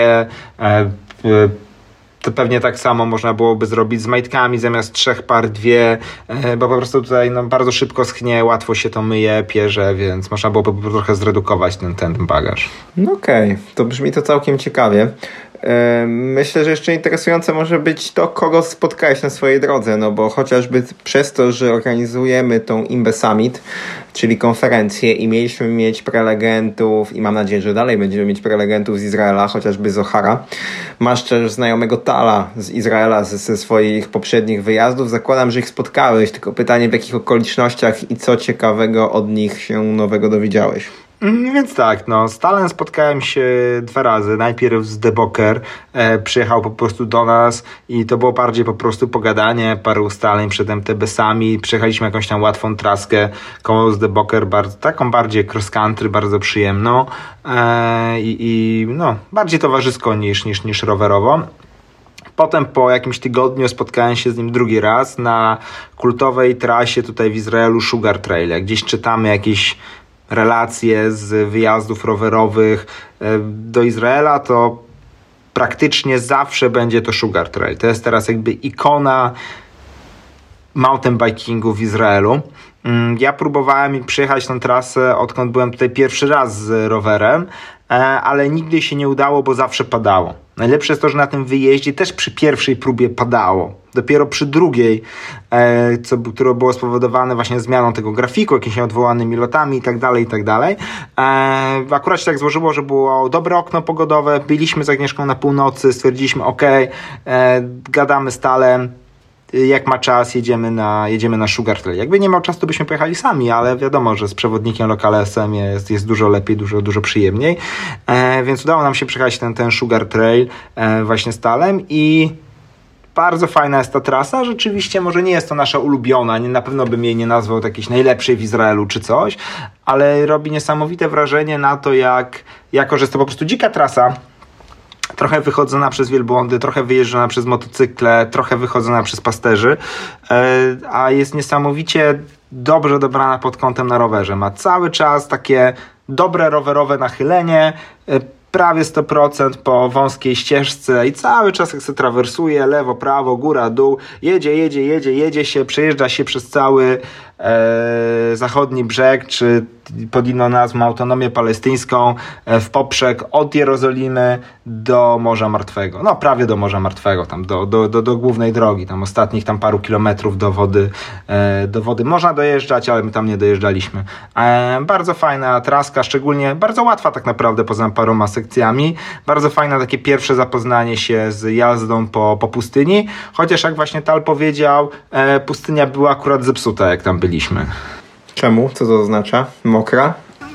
to pewnie tak samo można byłoby zrobić z majtkami, zamiast 3 par 2, bo po prostu tutaj bardzo szybko schnie, łatwo się to myje, pierze, więc można byłoby trochę zredukować ten bagaż. Okej, to brzmi to całkiem ciekawie. Myślę, że jeszcze interesujące może być to, kogo spotkałeś na swojej drodze, bo chociażby przez to, że organizujemy tą Imbe Summit, czyli konferencję i mieliśmy mieć prelegentów i mam nadzieję, że dalej będziemy mieć prelegentów z Izraela, chociażby z Ohara. Masz też znajomego Tala z Izraela ze swoich poprzednich wyjazdów. Zakładam, że ich spotkałeś, tylko pytanie w jakich okolicznościach i co ciekawego od nich się nowego dowiedziałeś? Więc tak, z Talem spotkałem się 2 razy. Najpierw z Deboker, przyjechał po prostu do nas i to było bardziej po prostu pogadanie, parę ustaleń przed MTB-sami. Przejechaliśmy jakąś tam łatwą traskę koło z Deboker, taką bardziej cross country, bardzo przyjemną i bardziej towarzysko niż rowerowo. Potem po jakimś tygodniu spotkałem się z nim drugi raz na kultowej trasie tutaj w Izraelu Sugar Trail. Jak gdzieś czytamy jakieś relacje z wyjazdów rowerowych do Izraela, to praktycznie zawsze będzie to Sugar Trail. To jest teraz jakby ikona mountain bikingu w Izraelu. Ja próbowałem przyjechać tą trasę, odkąd byłem tutaj pierwszy raz z rowerem, ale nigdy się nie udało, bo zawsze padało. Najlepsze jest to, że na tym wyjeździe też przy pierwszej próbie padało. Dopiero przy drugiej, które było spowodowane właśnie zmianą tego grafiku, jakimiś odwołanymi lotami i tak dalej. Akurat się tak złożyło, że było dobre okno pogodowe, byliśmy z Agnieszką na północy, stwierdziliśmy gadamy z Talem, jak ma czas, jedziemy na Sugar Trail. Jakby nie miał czasu, to byśmy pojechali sami, ale wiadomo, że z przewodnikiem lokalesem jest dużo lepiej, dużo przyjemniej. Więc udało nam się przejechać ten Sugar Trail właśnie z Talem i bardzo fajna jest ta trasa. Rzeczywiście może nie jest to nasza ulubiona, na pewno bym jej nie nazwał jakiejś najlepszej w Izraelu czy coś, ale robi niesamowite wrażenie na to, jako że jest to po prostu dzika trasa, trochę wychodzona przez wielbłądy, trochę wyjeżdżona przez motocykle, trochę wychodzona przez pasterzy, a jest niesamowicie dobrze dobrana pod kątem na rowerze. Ma cały czas takie dobre rowerowe nachylenie, prawie 100% po wąskiej ścieżce i cały czas jak się trawersuje lewo, prawo, góra, dół, jedzie się, przejeżdża się przez cały zachodni brzeg, czy pod inną nazwą Autonomię Palestyńską, w poprzek od Jerozolimy do Morza Martwego. No prawie do Morza Martwego, tam do głównej drogi, tam ostatnich paru kilometrów do wody można dojeżdżać, ale my tam nie dojeżdżaliśmy. Bardzo fajna traska, szczególnie bardzo łatwa tak naprawdę poza paroma sekcjami. Bardzo fajne takie pierwsze zapoznanie się z jazdą po pustyni, chociaż jak właśnie Tal powiedział, pustynia była akurat zepsuta, jak tam byliśmy. Czemu? Co to oznacza? Mokra?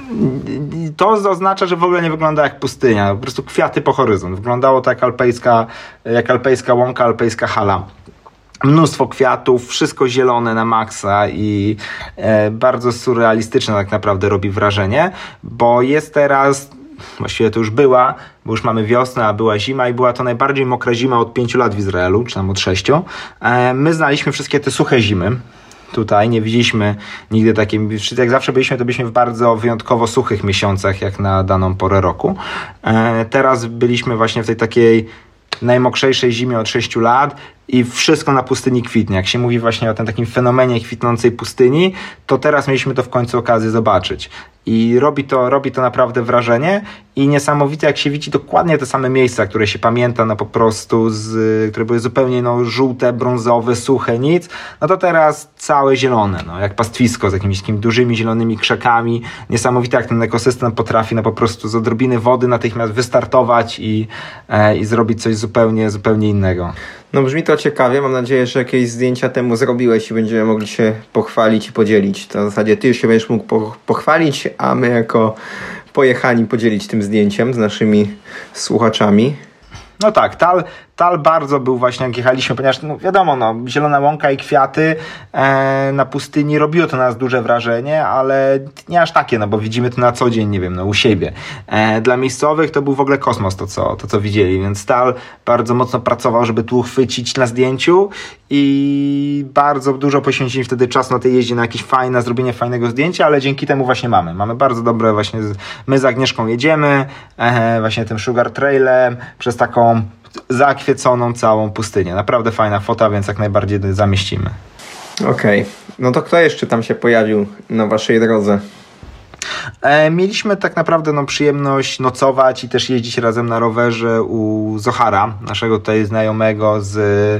To oznacza, że w ogóle nie wygląda jak pustynia. Po prostu kwiaty po horyzont. Wyglądało to jak alpejska łąka, alpejska hala. Mnóstwo kwiatów, wszystko zielone na maksa i bardzo surrealistyczne tak naprawdę robi wrażenie, bo jest teraz, właściwie to już była, bo już mamy wiosnę, a była zima i była to najbardziej mokra zima od 5 lat w Izraelu, czy tam od 6. My znaliśmy wszystkie te suche zimy. Tutaj nie widzieliśmy nigdy takiej, jak zawsze byliśmy w bardzo wyjątkowo suchych miesiącach, jak na daną porę roku. Teraz byliśmy właśnie w tej takiej najmokrzejszej zimie od 6 lat i wszystko na pustyni kwitnie. Jak się mówi właśnie o tym takim fenomenie kwitnącej pustyni, to teraz mieliśmy to w końcu okazję zobaczyć. I robi to naprawdę wrażenie i niesamowite, jak się widzi dokładnie te same miejsca, które się pamięta, no po prostu, które były zupełnie żółte, brązowe, suche, nic, no to teraz całe zielone, jak pastwisko z jakimiś takimi dużymi zielonymi krzakami. Niesamowite, jak ten ekosystem potrafi po prostu z odrobiny wody natychmiast wystartować i zrobić coś zupełnie innego. No brzmi to ciekawie, mam nadzieję, że jakieś zdjęcia temu zrobiłeś i będziemy mogli się pochwalić i podzielić. To w zasadzie ty się będziesz mógł pochwalić, a my jako pojechani podzielić tym zdjęciem z naszymi słuchaczami. No tak, Tal bardzo był właśnie, jak jechaliśmy, ponieważ wiadomo, zielona łąka i kwiaty na pustyni robiło to na nas duże wrażenie, ale nie aż takie, bo widzimy to na co dzień, nie wiem, u siebie. Dla miejscowych to był w ogóle kosmos to co widzieli, więc Tal bardzo mocno pracował, żeby tu uchwycić na zdjęciu i bardzo dużo poświęcili wtedy czas na tej jeździe, na zrobienie fajnego zdjęcia, ale dzięki temu właśnie mamy bardzo dobre właśnie, my z Agnieszką jedziemy właśnie tym Sugar Trailem przez taką zaakwieconą całą pustynię. Naprawdę fajna fota, więc jak najbardziej zamieścimy. Okej. No to kto jeszcze tam się pojawił na waszej drodze? Mieliśmy tak naprawdę przyjemność nocować i też jeździć razem na rowerze u Zohara, naszego tutaj znajomego z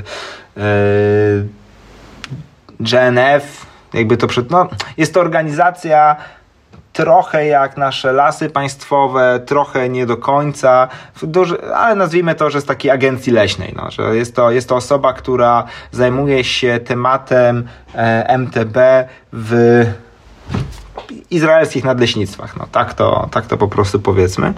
GNF. Jest to organizacja trochę jak nasze lasy państwowe, trochę nie do końca, ale nazwijmy to, że z takiej agencji leśnej. Że jest to osoba, która zajmuje się tematem MTB w izraelskich nadleśnictwach. Tak to po prostu powiedzmy.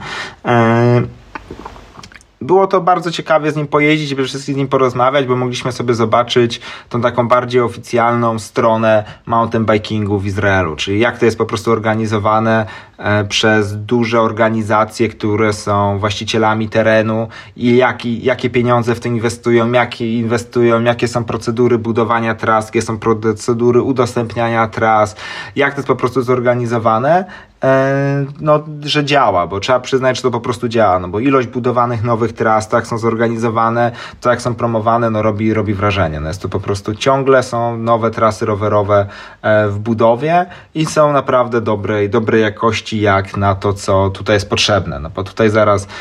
Było to bardzo ciekawie z nim pojeździć, przede wszystkim z nim porozmawiać, bo mogliśmy sobie zobaczyć tą taką bardziej oficjalną stronę mountain bikingu w Izraelu, czyli jak to jest po prostu organizowane przez duże organizacje, które są właścicielami terenu i jakie pieniądze w to inwestują, jakie są procedury budowania tras, jakie są procedury udostępniania tras, jak to jest po prostu zorganizowane. że działa, bo trzeba przyznać, że to po prostu działa, no bo ilość budowanych nowych tras, tak są zorganizowane, to jak są promowane, no robi wrażenie. No jest to po prostu ciągle są nowe trasy rowerowe w budowie i są naprawdę dobrej jakości jak na to, co tutaj jest potrzebne. No bo tutaj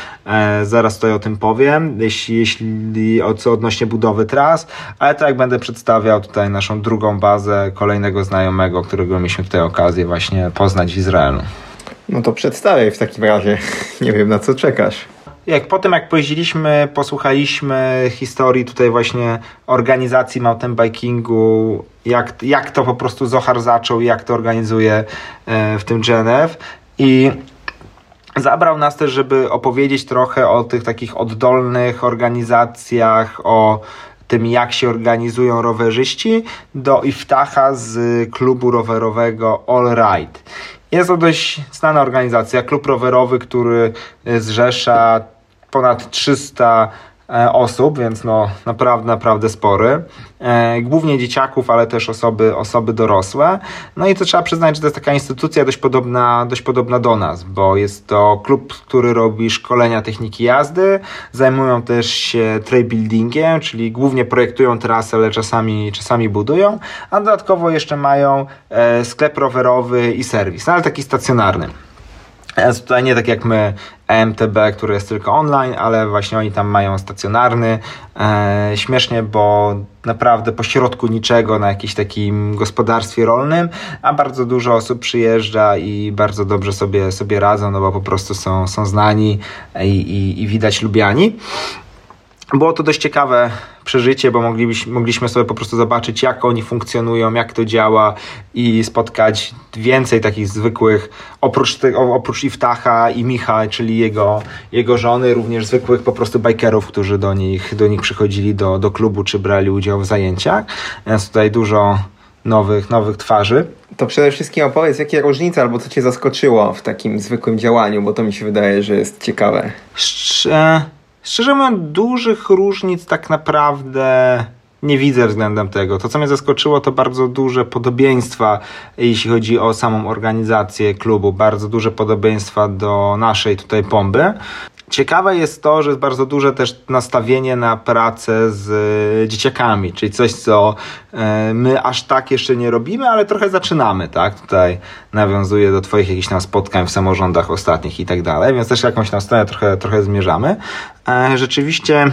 zaraz tutaj o tym powiem, jeśli odnośnie budowy tras, ale tak jak będę przedstawiał tutaj naszą drugą bazę kolejnego znajomego, którego mieliśmy tutaj okazję właśnie poznać w Izraelu. No to przedstawiaj w takim razie. Nie wiem, na co czekasz. Potem jak pojeździliśmy, posłuchaliśmy historii tutaj właśnie organizacji mountain bikingu, jak to po prostu Zohar zaczął i jak to organizuje w tym GNF i zabrał nas też, żeby opowiedzieć trochę o tych takich oddolnych organizacjach, o tym, jak się organizują rowerzyści, do Iftacha z klubu rowerowego All Ride. Jest to dość znana organizacja, klub rowerowy, który zrzesza ponad 300 osób, więc no naprawdę spory. Głównie dzieciaków, ale też osoby dorosłe. No i to trzeba przyznać, że to jest taka instytucja dość podobna do nas, bo jest to klub, który robi szkolenia techniki jazdy, zajmują też się trail buildingiem, czyli głównie projektują trasy, ale czasami budują, a dodatkowo jeszcze mają sklep rowerowy i serwis, no ale taki stacjonarny. Jest tutaj nie tak jak my EMTB, który jest tylko online, ale właśnie oni tam mają stacjonarny. Śmiesznie, bo naprawdę pośrodku niczego na jakimś takim gospodarstwie rolnym, a bardzo dużo osób przyjeżdża i bardzo dobrze sobie radzą, no bo po prostu są znani i widać lubiani. Było to dość ciekawe przeżycie, bo mogliśmy sobie po prostu zobaczyć, jak oni funkcjonują, jak to działa i spotkać więcej takich zwykłych, oprócz Iftacha i Micha, czyli jego żony, również zwykłych po prostu bikerów, którzy do nich przychodzili do klubu, czy brali udział w zajęciach. Jest tutaj dużo nowych twarzy. To przede wszystkim opowiedz, jakie różnice albo co cię zaskoczyło w takim zwykłym działaniu, bo to mi się wydaje, że jest ciekawe. Szczerze mówiąc, dużych różnic tak naprawdę nie widzę względem tego. To, co mnie zaskoczyło, to bardzo duże podobieństwa, jeśli chodzi o samą organizację klubu. Bardzo duże podobieństwa do naszej tutaj Pomby. Ciekawe jest to, że jest bardzo duże też nastawienie na pracę z dzieciakami, czyli coś, co my aż tak jeszcze nie robimy, ale trochę zaczynamy, tak? Tutaj nawiązuję do twoich jakichś tam spotkań w samorządach ostatnich i tak dalej, więc też jakąś tam stronę trochę zmierzamy. Rzeczywiście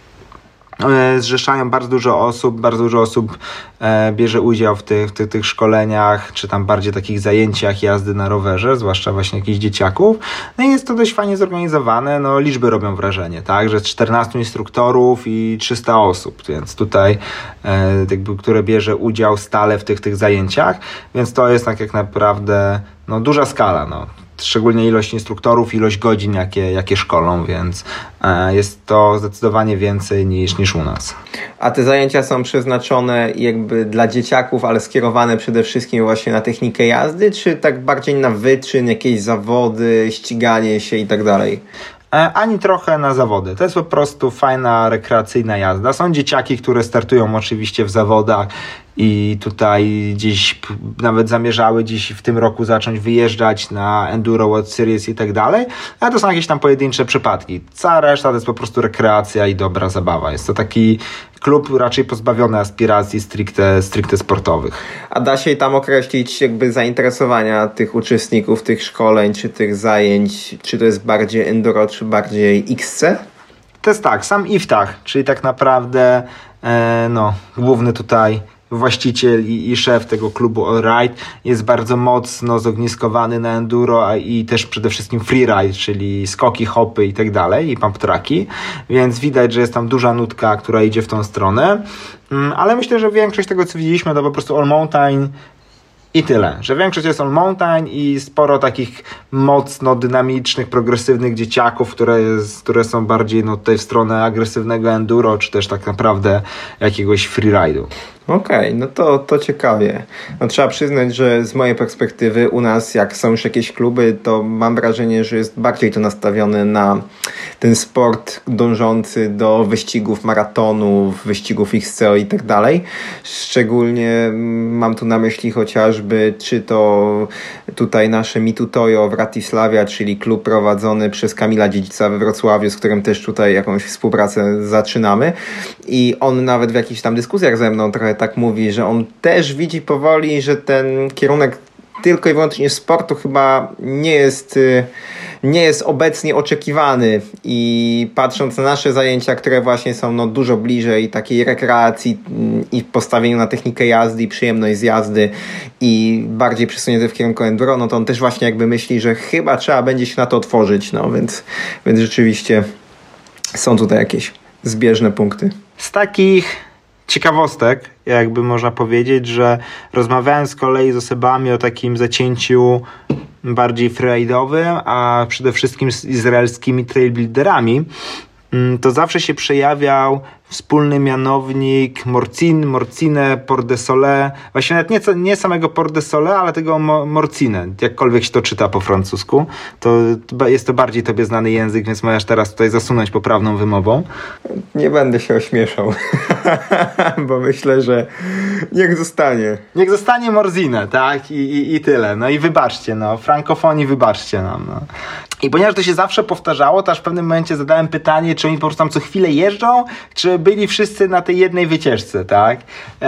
zrzeszają bardzo dużo osób bierze udział w tych szkoleniach, czy tam bardziej takich zajęciach jazdy na rowerze, zwłaszcza właśnie jakichś dzieciaków. No i jest to dość fajnie zorganizowane, no liczby robią wrażenie, tak, że 14 instruktorów i 300 osób, więc tutaj które bierze udział stale w tych zajęciach, więc to jest tak jak naprawdę duża skala, szczególnie ilość instruktorów, ilość godzin, jakie szkolą, więc jest to zdecydowanie więcej niż u nas. A te zajęcia są przeznaczone jakby dla dzieciaków, ale skierowane przede wszystkim właśnie na technikę jazdy, czy tak bardziej na wyczyn, jakieś zawody, ściganie się i tak dalej? Ani trochę na zawody. To jest po prostu fajna, rekreacyjna jazda. Są dzieciaki, które startują oczywiście w zawodach i tutaj gdzieś nawet zamierzały dziś w tym roku zacząć wyjeżdżać na Enduro World Series i tak dalej, ale to są jakieś tam pojedyncze przypadki. Cała reszta to jest po prostu rekreacja i dobra zabawa. Jest to taki klub raczej pozbawiony aspiracji stricte sportowych. A da się tam określić jakby zainteresowania tych uczestników, tych szkoleń, czy tych zajęć, czy to jest bardziej enduro, czy bardziej XC? To jest tak, sam Iftach, czyli tak naprawdę główny tutaj właściciel i szef tego klubu All Ride jest bardzo mocno zogniskowany na enduro i też przede wszystkim freeride, czyli skoki, hopy i tak dalej, i pump tracki, więc widać, że jest tam duża nutka, która idzie w tą stronę, ale myślę, że większość tego, co widzieliśmy, to po prostu all mountain i tyle, że większość jest all mountain i sporo takich mocno dynamicznych, progresywnych dzieciaków, które są bardziej tutaj w stronę agresywnego enduro, czy też tak naprawdę jakiegoś freeride'u. Okej, no to ciekawie. No trzeba przyznać, że z mojej perspektywy u nas, jak są już jakieś kluby, to mam wrażenie, że jest bardziej to nastawione na ten sport dążący do wyścigów maratonów, wyścigów XCO i tak dalej. Szczególnie mam tu na myśli chociażby, czy to tutaj nasze Mitutoyo w Ratisławia, czyli klub prowadzony przez Kamila Dziedzica we Wrocławiu, z którym też tutaj jakąś współpracę zaczynamy. I on nawet w jakichś tam dyskusjach ze mną trochę tak mówi, że on też widzi powoli, że ten kierunek tylko i wyłącznie sportu chyba nie jest obecnie oczekiwany i patrząc na nasze zajęcia, które właśnie są dużo bliżej takiej rekreacji i postawieniu na technikę jazdy i przyjemność z jazdy i bardziej przesunięte w kierunku enduro, no to on też właśnie jakby myśli, że chyba trzeba będzie się na to otworzyć, więc rzeczywiście są tutaj jakieś zbieżne punkty. Z takich ciekawostek, jakby można powiedzieć, że rozmawiałem z kolei z osobami o takim zacięciu bardziej freeride'owym, a przede wszystkim z izraelskimi trailbuilderami, to zawsze się przejawiał wspólny mianownik Morcine, Port de Soleil, właśnie nawet nie samego Port de Soleil, ale tego Morcine, jakkolwiek się to czyta po francusku, to jest to bardziej tobie znany język, więc możesz teraz tutaj zasunąć poprawną wymową. Nie będę się ośmieszał, bo myślę, że niech zostanie. Niech zostanie Morzine, tak? I tyle. No i wybaczcie, frankofonii wybaczcie nam. No. I ponieważ to się zawsze powtarzało, to aż w pewnym momencie zadałem pytanie, czy oni po prostu tam co chwilę jeżdżą, czy byli wszyscy na tej jednej wycieczce, tak?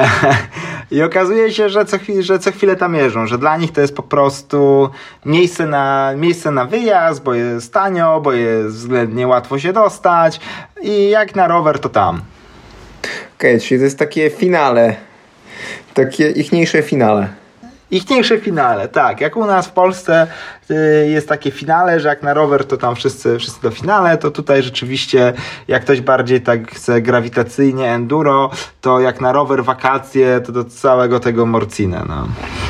I okazuje się, że co chwilę tam jeżdżą, że dla nich to jest po prostu miejsce na wyjazd, bo jest tanio, bo jest względnie łatwo się dostać i jak na rower to tam. Okej, czyli to jest takie finale, takie ichniejsze finale. Ichniejsze finale, tak. Jak u nas w Polsce jest takie finale, że jak na rower to tam wszyscy do finale, to tutaj rzeczywiście jak ktoś bardziej tak chce grawitacyjnie enduro, to jak na rower wakacje, to do całego tego Morcine. No.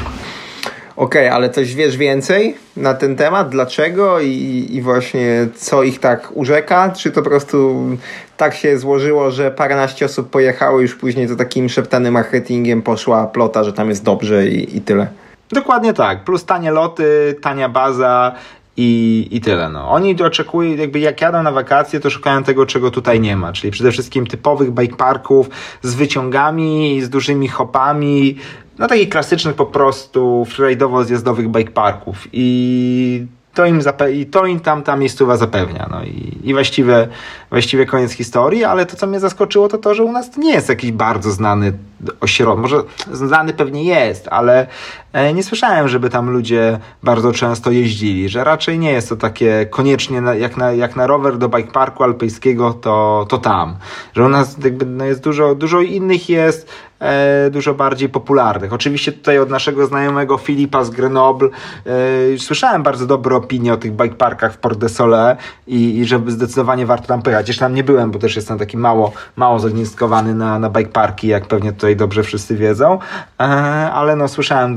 Okej, ale coś wiesz więcej na ten temat? Dlaczego i właśnie co ich tak urzeka? Czy to po prostu tak się złożyło, że paręnaście osób pojechało i już później to takim szeptanym marketingiem poszła plota, że tam jest dobrze i tyle? Dokładnie tak. Plus tanie loty, tania baza i tyle. No. Oni oczekują, jakby jak jadą na wakacje, to szukają tego, czego tutaj nie ma. Czyli przede wszystkim typowych bike parków z wyciągami, z dużymi hopami, takich klasycznych po prostu freeride'owo-zjazdowych bike parków i to im tam ta miejscowa zapewnia. No i właściwie koniec historii, ale to, co mnie zaskoczyło, to że u nas to nie jest jakiś bardzo znany ośrodek. Może znany pewnie jest, ale nie słyszałem, żeby tam ludzie bardzo często jeździli, że raczej nie jest to takie koniecznie jak na rower do bike parku alpejskiego, to tam. Że u nas jakby jest dużo innych jest, dużo bardziej popularnych. Oczywiście tutaj od naszego znajomego Filipa z Grenoble słyszałem bardzo dobre opinie o tych bike parkach w Port de Soleil i żeby zdecydowanie warto tam pojechać. Jeszcze tam nie byłem, bo też jestem taki mało zagniskowany na bike parki, jak pewnie tutaj dobrze wszyscy wiedzą, ale słyszałem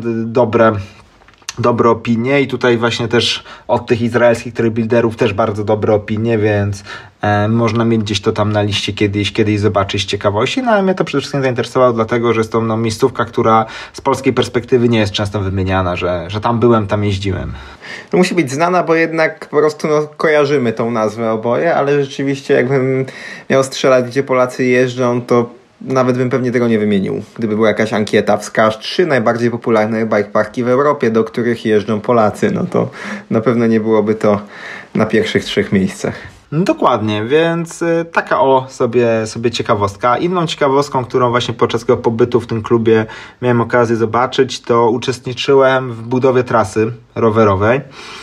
dobre opinie i tutaj właśnie też od tych izraelskich trailbuilderów też bardzo dobre opinie, więc można mieć gdzieś to tam na liście kiedyś zobaczyć z ciekawości, ale mnie to przede wszystkim zainteresowało dlatego, że jest to miejscówka, która z polskiej perspektywy nie jest często wymieniana, że tam byłem, tam jeździłem. No musi być znana, bo jednak po prostu kojarzymy tą nazwę oboje, ale rzeczywiście jakbym miał strzelać, gdzie Polacy jeżdżą, to nawet bym pewnie tego nie wymienił. Gdyby była jakaś ankieta, wskaż 3 najbardziej popularne bike parki w Europie, do których jeżdżą Polacy, no to na pewno nie byłoby to na pierwszych 3 miejscach. Dokładnie, więc taka sobie ciekawostka. Inną ciekawostką, którą właśnie podczas tego pobytu w tym klubie miałem okazję zobaczyć, to uczestniczyłem w budowie trasy rowerowej.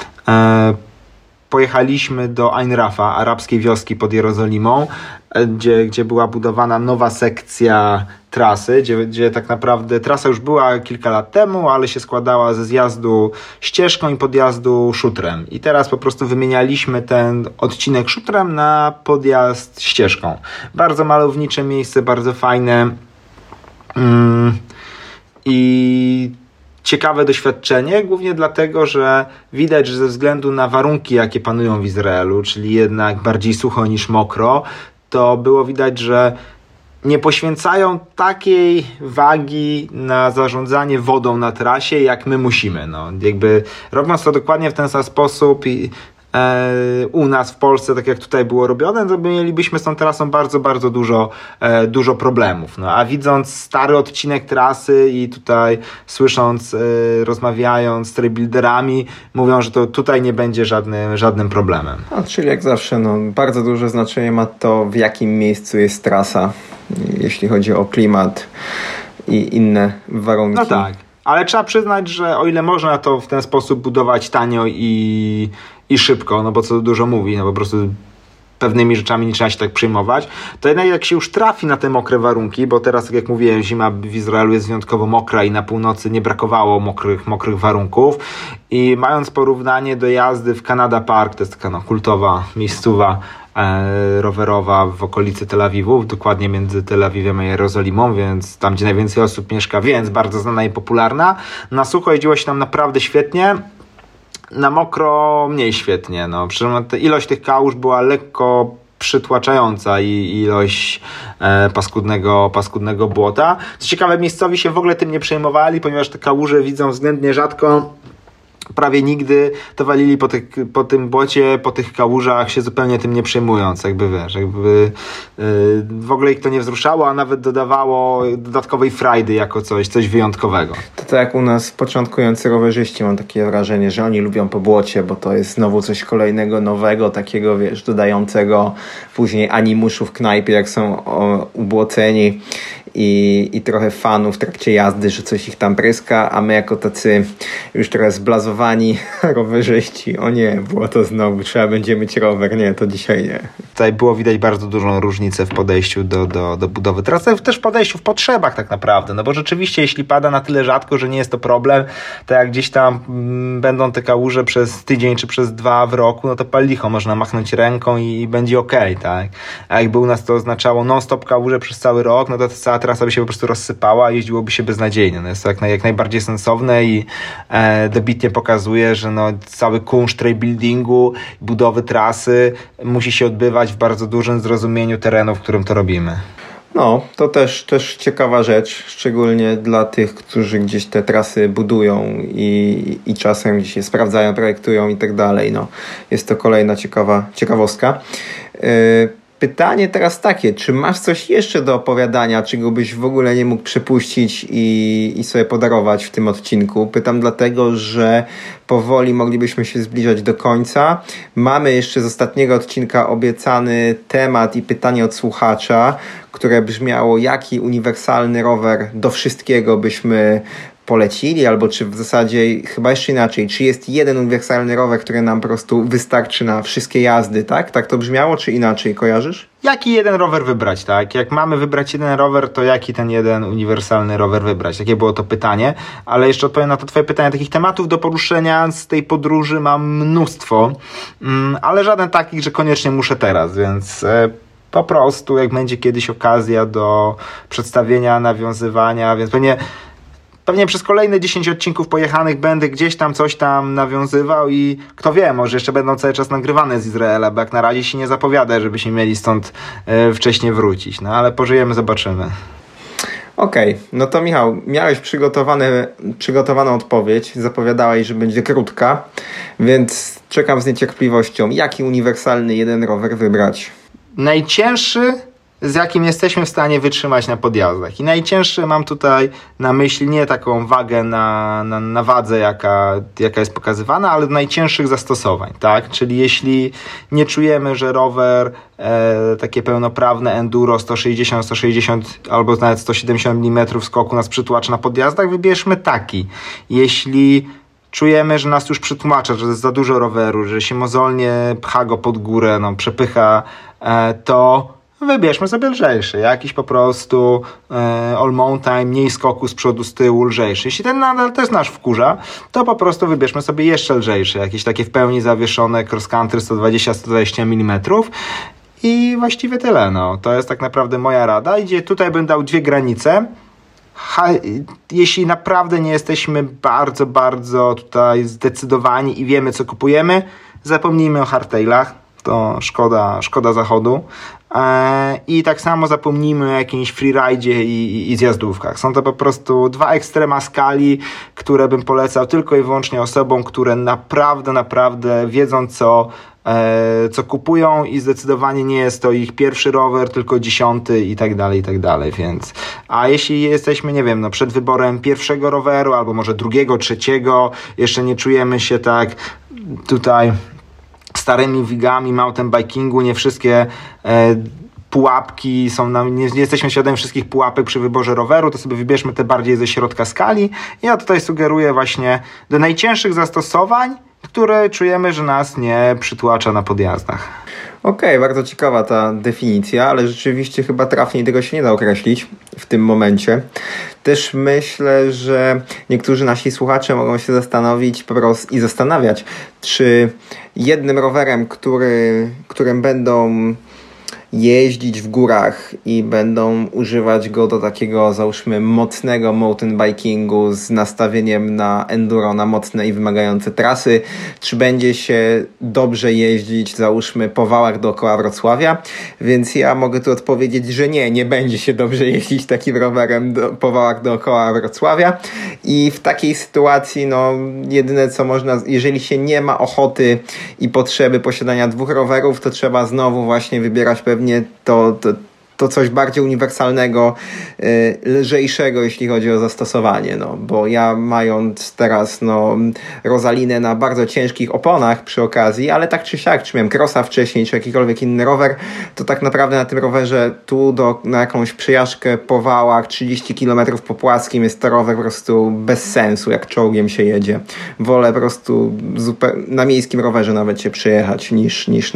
Pojechaliśmy do Ain Rafa, arabskiej wioski pod Jerozolimą, gdzie była budowana nowa sekcja trasy, gdzie tak naprawdę trasa już była kilka lat temu, ale się składała ze zjazdu ścieżką i podjazdu szutrem. I teraz po prostu wymienialiśmy ten odcinek szutrem na podjazd ścieżką. Bardzo malownicze miejsce, bardzo fajne i ciekawe doświadczenie, głównie dlatego, że widać, że ze względu na warunki, jakie panują w Izraelu, czyli jednak bardziej sucho niż mokro, to było widać, że nie poświęcają takiej wagi na zarządzanie wodą na trasie, jak my musimy. No, jakby robiąc to dokładnie w ten sam sposób i u nas w Polsce, tak jak tutaj było robione, to mielibyśmy z tą trasą bardzo, bardzo dużo problemów. No, a widząc stary odcinek trasy i tutaj słysząc, rozmawiając z trailbuilderami, mówią, że to tutaj nie będzie żadnym problemem. Czyli jak zawsze, no, bardzo duże znaczenie ma to, w jakim miejscu jest trasa, jeśli chodzi o klimat i inne warunki. No tak, ale trzeba przyznać, że o ile można to w ten sposób budować tanio i szybko, no bo co dużo mówi, no po prostu pewnymi rzeczami nie trzeba się tak przejmować, to jednak jak się już trafi na te mokre warunki, bo teraz, tak jak mówiłem, zima w Izraelu jest wyjątkowo mokra i na północy nie brakowało mokrych warunków i mając porównanie do jazdy w Canada Park, to jest taka kultowa miejscowa rowerowa w okolicy Tel Awiwu, dokładnie między Tel Awiwem a Jerozolimą, więc tam, gdzie najwięcej osób mieszka, więc bardzo znana i popularna. Na sucho jeździło się tam naprawdę świetnie, na mokro mniej świetnie. No. Przynajmniej ilość tych kałuż była lekko przytłaczająca i ilość paskudnego błota. Co ciekawe, miejscowi się w ogóle tym nie przejmowali, ponieważ te kałuże widzą względnie rzadko, prawie nigdy, to walili po tym błocie, po tych kałużach, się zupełnie tym nie przejmując, jakby wiesz, w ogóle ich to nie wzruszało, a nawet dodawało dodatkowej frajdy jako coś wyjątkowego. To tak jak u nas początkujący rowerzyści, mam takie wrażenie, że oni lubią po błocie, bo to jest znowu coś kolejnego, nowego, takiego, wiesz, dodającego później animuszu w knajpie, jak są ubłoceni i trochę fanów w trakcie jazdy, że coś ich tam pryska, a my jako tacy już trochę zblazowani rowerzyści, o nie, było to znowu, trzeba będzie myć rower, nie, to dzisiaj nie. Tutaj było widać bardzo dużą różnicę w podejściu do budowy trasy, też w podejściu, w potrzebach tak naprawdę, no bo rzeczywiście jeśli pada na tyle rzadko, że nie jest to problem, to jak gdzieś tam będą te kałuże przez tydzień czy przez 2 w roku, no to pal licho, można machnąć ręką i będzie okej, tak? A jakby u nas to oznaczało non-stop kałuże przez cały rok, no to cała trasa by się po prostu rozsypała i jeździłoby się beznadziejnie. No jest to jak najbardziej sensowne i dobitnie pokazuje, że no cały kunszt trailbuildingu, budowy trasy musi się odbywać w bardzo dużym zrozumieniu terenu, w którym to robimy. No, to też ciekawa rzecz, szczególnie dla tych, którzy gdzieś te trasy budują i czasem gdzieś je sprawdzają, projektują i tak dalej. No, jest to kolejna ciekawostka. Pytanie teraz takie, czy masz coś jeszcze do opowiadania, czego byś w ogóle nie mógł przepuścić i sobie podarować w tym odcinku? Pytam dlatego, że powoli moglibyśmy się zbliżać do końca. Mamy jeszcze z ostatniego odcinka obiecany temat i pytanie od słuchacza, które brzmiało, jaki uniwersalny rower do wszystkiego byśmy polecili, albo czy w zasadzie chyba jeszcze inaczej, czy jest jeden uniwersalny rower, który nam po prostu wystarczy na wszystkie jazdy, tak? Tak to brzmiało, czy inaczej, kojarzysz? Jaki jeden rower wybrać, tak? Jak mamy wybrać jeden rower, to jaki ten jeden uniwersalny rower wybrać? Takie było to pytanie, ale jeszcze odpowiem na to twoje pytanie. Takich tematów do poruszenia z tej podróży mam mnóstwo, ale żaden takich, że koniecznie muszę teraz, więc po prostu jak będzie kiedyś okazja do przedstawienia, nawiązywania, więc pewnie przez kolejne 10 odcinków pojechanych będę gdzieś tam coś tam nawiązywał i kto wie, może jeszcze będą cały czas nagrywane z Izraela, bo jak na razie się nie zapowiada, żebyśmy mieli stąd wcześniej wrócić. No ale pożyjemy, zobaczymy. Okej, no to Michał, miałeś przygotowaną odpowiedź, zapowiadałeś, że będzie krótka, więc czekam z niecierpliwością. Jaki uniwersalny jeden rower wybrać? Najcięższy, z jakim jesteśmy w stanie wytrzymać na podjazdach. I najcięższy mam tutaj na myśli nie taką wagę na wadze, jaka jest pokazywana, ale do najcięższych zastosowań, tak? Czyli jeśli nie czujemy, że rower takie pełnoprawne enduro 160 albo nawet 170 mm skoku nas przytłacza na podjazdach, wybierzmy taki. Jeśli czujemy, że nas już przytłacza, że jest za dużo roweru, że się mozolnie pcha go pod górę, przepycha, to wybierzmy sobie lżejszy, jakiś po prostu all mountain, mniej skoku z przodu, z tyłu, lżejszy. Jeśli ten nadal też nasz wkurza, to po prostu wybierzmy sobie jeszcze lżejszy, jakieś takie w pełni zawieszone cross country 120-120 mm i właściwie tyle. No. To jest tak naprawdę moja rada. Tutaj bym dał 2 granice. Jeśli naprawdę nie jesteśmy bardzo, bardzo tutaj zdecydowani i wiemy, co kupujemy, zapomnijmy o hardtailach. To szkoda zachodu. I tak samo zapomnijmy o jakimś freeridzie i zjazdówkach. Są to po prostu dwa ekstrema skali, które bym polecał tylko i wyłącznie osobom, które naprawdę wiedzą co kupują i zdecydowanie nie jest to ich pierwszy rower, tylko 10 i tak dalej, więc a jeśli jesteśmy, nie wiem, przed wyborem pierwszego roweru, albo może drugiego, trzeciego, jeszcze nie czujemy się tak tutaj starymi wigami mountain bikingu, nie wszystkie pułapki są nie jesteśmy świadomi wszystkich pułapek przy wyborze roweru, to sobie wybierzmy te bardziej ze środka skali. Ja tutaj sugeruję właśnie do najcięższych zastosowań, które czujemy, że nas nie przytłacza na podjazdach. Okej, bardzo ciekawa ta definicja, ale rzeczywiście chyba trafniej tego się nie da określić w tym momencie. Też myślę, że niektórzy nasi słuchacze mogą się zastanowić i zastanawiać, czy jednym rowerem, którym będą jeździć w górach i będą używać go do takiego, załóżmy, mocnego mountain bikingu z nastawieniem na enduro, na mocne i wymagające trasy, czy będzie się dobrze jeździć, załóżmy, po wałach dookoła Wrocławia. Więc ja mogę tu odpowiedzieć, że nie będzie się dobrze jeździć takim rowerem po wałach dookoła Wrocławia. I w takiej sytuacji, jedyne co można, jeżeli się nie ma ochoty i potrzeby posiadania 2 rowerów, to trzeba znowu właśnie wybierać pewnie to coś bardziej uniwersalnego, lżejszego, jeśli chodzi o zastosowanie. Bo ja mając teraz Rosalinę na bardzo ciężkich oponach przy okazji, ale tak czy siak, czy miałem crossa wcześniej, czy jakikolwiek inny rower, to tak naprawdę na tym rowerze na jakąś przejażdżkę po wałach 30 km po płaskim jest to rower po prostu bez sensu, jak czołgiem się jedzie. Wolę po prostu na miejskim rowerze nawet się przejechać niż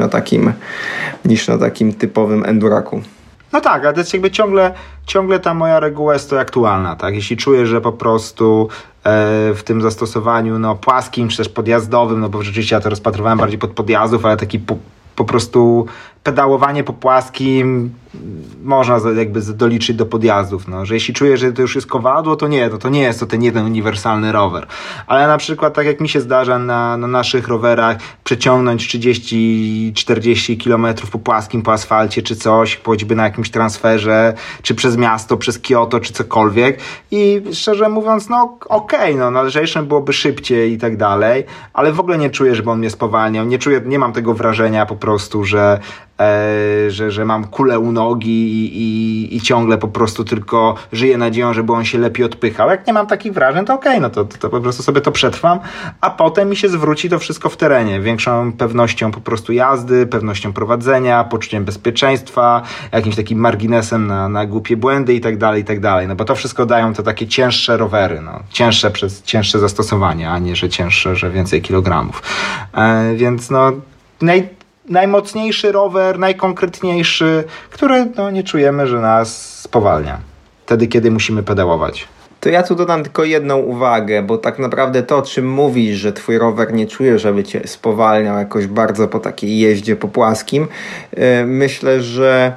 na takim typowym enduraku. No tak, ale to jest jakby ciągle ta moja reguła jest to aktualna, tak? Jeśli czuję, że po prostu w tym zastosowaniu płaskim, czy też podjazdowym, bo rzeczywiście ja to rozpatrywałem bardziej pod podjazdów, ale taki po prostu pedałowanie po płaskim można jakby doliczyć do podjazdów, że jeśli czuję, że to już jest kowadło, to nie jest to ten jeden uniwersalny rower. Ale na przykład tak jak mi się zdarza na naszych rowerach przeciągnąć 30-40 km po płaskim, po asfalcie czy coś, choćby na jakimś transferze, czy przez miasto, przez Kyoto, czy cokolwiek i szczerze mówiąc, lżejszym byłoby szybciej i tak dalej, ale w ogóle nie czuję, żeby on mnie spowalniał, nie mam tego wrażenia po prostu, że mam kulę u nogi i ciągle po prostu tylko żyję nadzieją, żeby on się lepiej odpychał. Jak nie mam takich wrażeń, to to po prostu sobie to przetrwam, a potem mi się zwróci to wszystko w terenie. Większą pewnością po prostu jazdy, pewnością prowadzenia, poczuciem bezpieczeństwa, jakimś takim marginesem na głupie błędy i tak dalej. Bo to wszystko dają to takie cięższe rowery, cięższe przez cięższe zastosowanie, a nie, że cięższe, że więcej kilogramów. Więc najmocniejszy rower, najkonkretniejszy, który nie czujemy, że nas spowalnia. Wtedy, kiedy musimy pedałować. To ja tu dodam tylko jedną uwagę, bo tak naprawdę to, o czym mówisz, że twój rower nie czuje, żeby cię spowalniał jakoś bardzo po takiej jeździe po płaskim, myślę, że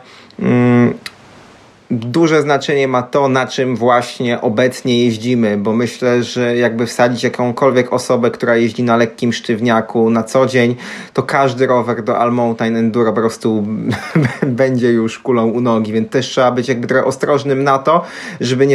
duże znaczenie ma to, na czym właśnie obecnie jeździmy, bo myślę, że jakby wsadzić jakąkolwiek osobę, która jeździ na lekkim sztywniaku na co dzień, to każdy rower do All Mountain Enduro po prostu będzie już kulą u nogi, więc też trzeba być jakby trochę ostrożnym na to, żeby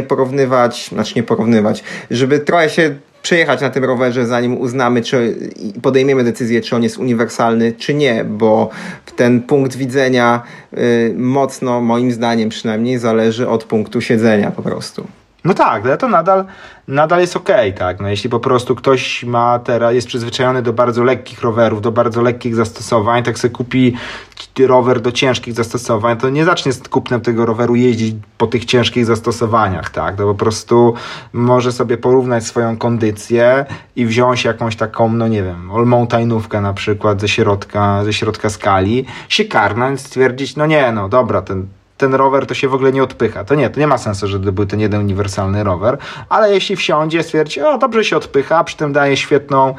żeby trochę się przejechać na tym rowerze, zanim uznamy, czy podejmiemy decyzję, czy on jest uniwersalny, czy nie, bo ten punkt widzenia mocno, moim zdaniem przynajmniej, zależy od punktu siedzenia po prostu. No tak, ale to nadal jest okej, tak. Jeśli po prostu ktoś jest przyzwyczajony do bardzo lekkich rowerów, do bardzo lekkich zastosowań, tak sobie kupi rower do ciężkich zastosowań, to nie zacznie z kupnem tego roweru jeździć po tych ciężkich zastosowaniach, tak. To po prostu może sobie porównać swoją kondycję i wziąć jakąś taką, all mountainówkę na przykład ze środka skali, się karnąć, stwierdzić, dobra, ten rower to się w ogóle nie odpycha. To nie ma sensu, żeby był ten jeden uniwersalny rower, ale jeśli wsiądzie, stwierdzi, dobrze się odpycha, a przy tym daje świetną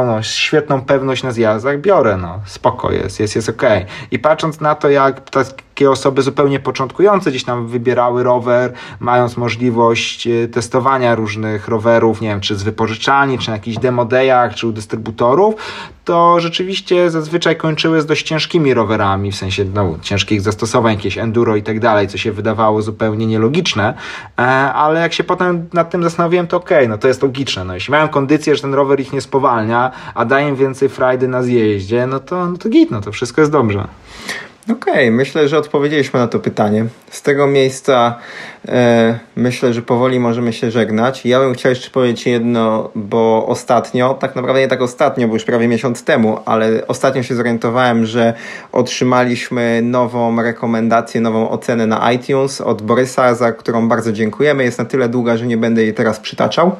świetną pewność na zjazdach, biorę, spoko jest okej. I patrząc na to, jak takie osoby zupełnie początkujące gdzieś tam wybierały rower, mając możliwość testowania różnych rowerów, nie wiem, czy z wypożyczalni, czy na jakichś demo dayach, czy u dystrybutorów, to rzeczywiście zazwyczaj kończyły z dość ciężkimi rowerami, w sensie ciężkich zastosowań, jakieś enduro i tak dalej, co się wydawało zupełnie nielogiczne, ale jak się potem nad tym zastanowiłem, to okej, no to jest logiczne. No, jeśli mają kondycję, że ten rower ich nie spowalnia, a daje im więcej frajdy na zjeździe, no to git, no to wszystko jest dobrze. Okej, myślę, że odpowiedzieliśmy na to pytanie. Z tego miejsca myślę, że powoli możemy się żegnać. Ja bym chciał jeszcze powiedzieć jedno, bo ostatnio, tak naprawdę nie tak ostatnio, bo już prawie miesiąc temu, ale ostatnio się zorientowałem, że otrzymaliśmy nową rekomendację, nową ocenę na iTunes od Borysa, za którą bardzo dziękujemy. Jest na tyle długa, że nie będę jej teraz przytaczał.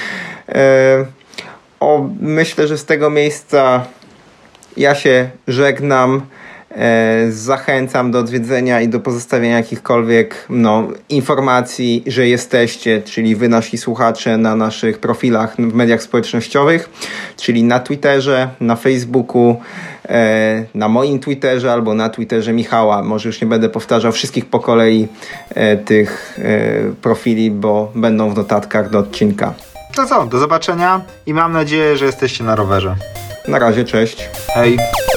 Myślę, że z tego miejsca ja się żegnam. Zachęcam do odwiedzenia i do pozostawienia jakichkolwiek informacji, że jesteście, czyli wy nasi słuchacze, na naszych profilach w mediach społecznościowych, czyli na Twitterze, na Facebooku, na moim Twitterze albo na Twitterze Michała. Może już nie będę powtarzał wszystkich po kolei tych profili, bo będą w notatkach do odcinka. To co, do zobaczenia i mam nadzieję, że jesteście na rowerze. Na razie, cześć. Hej.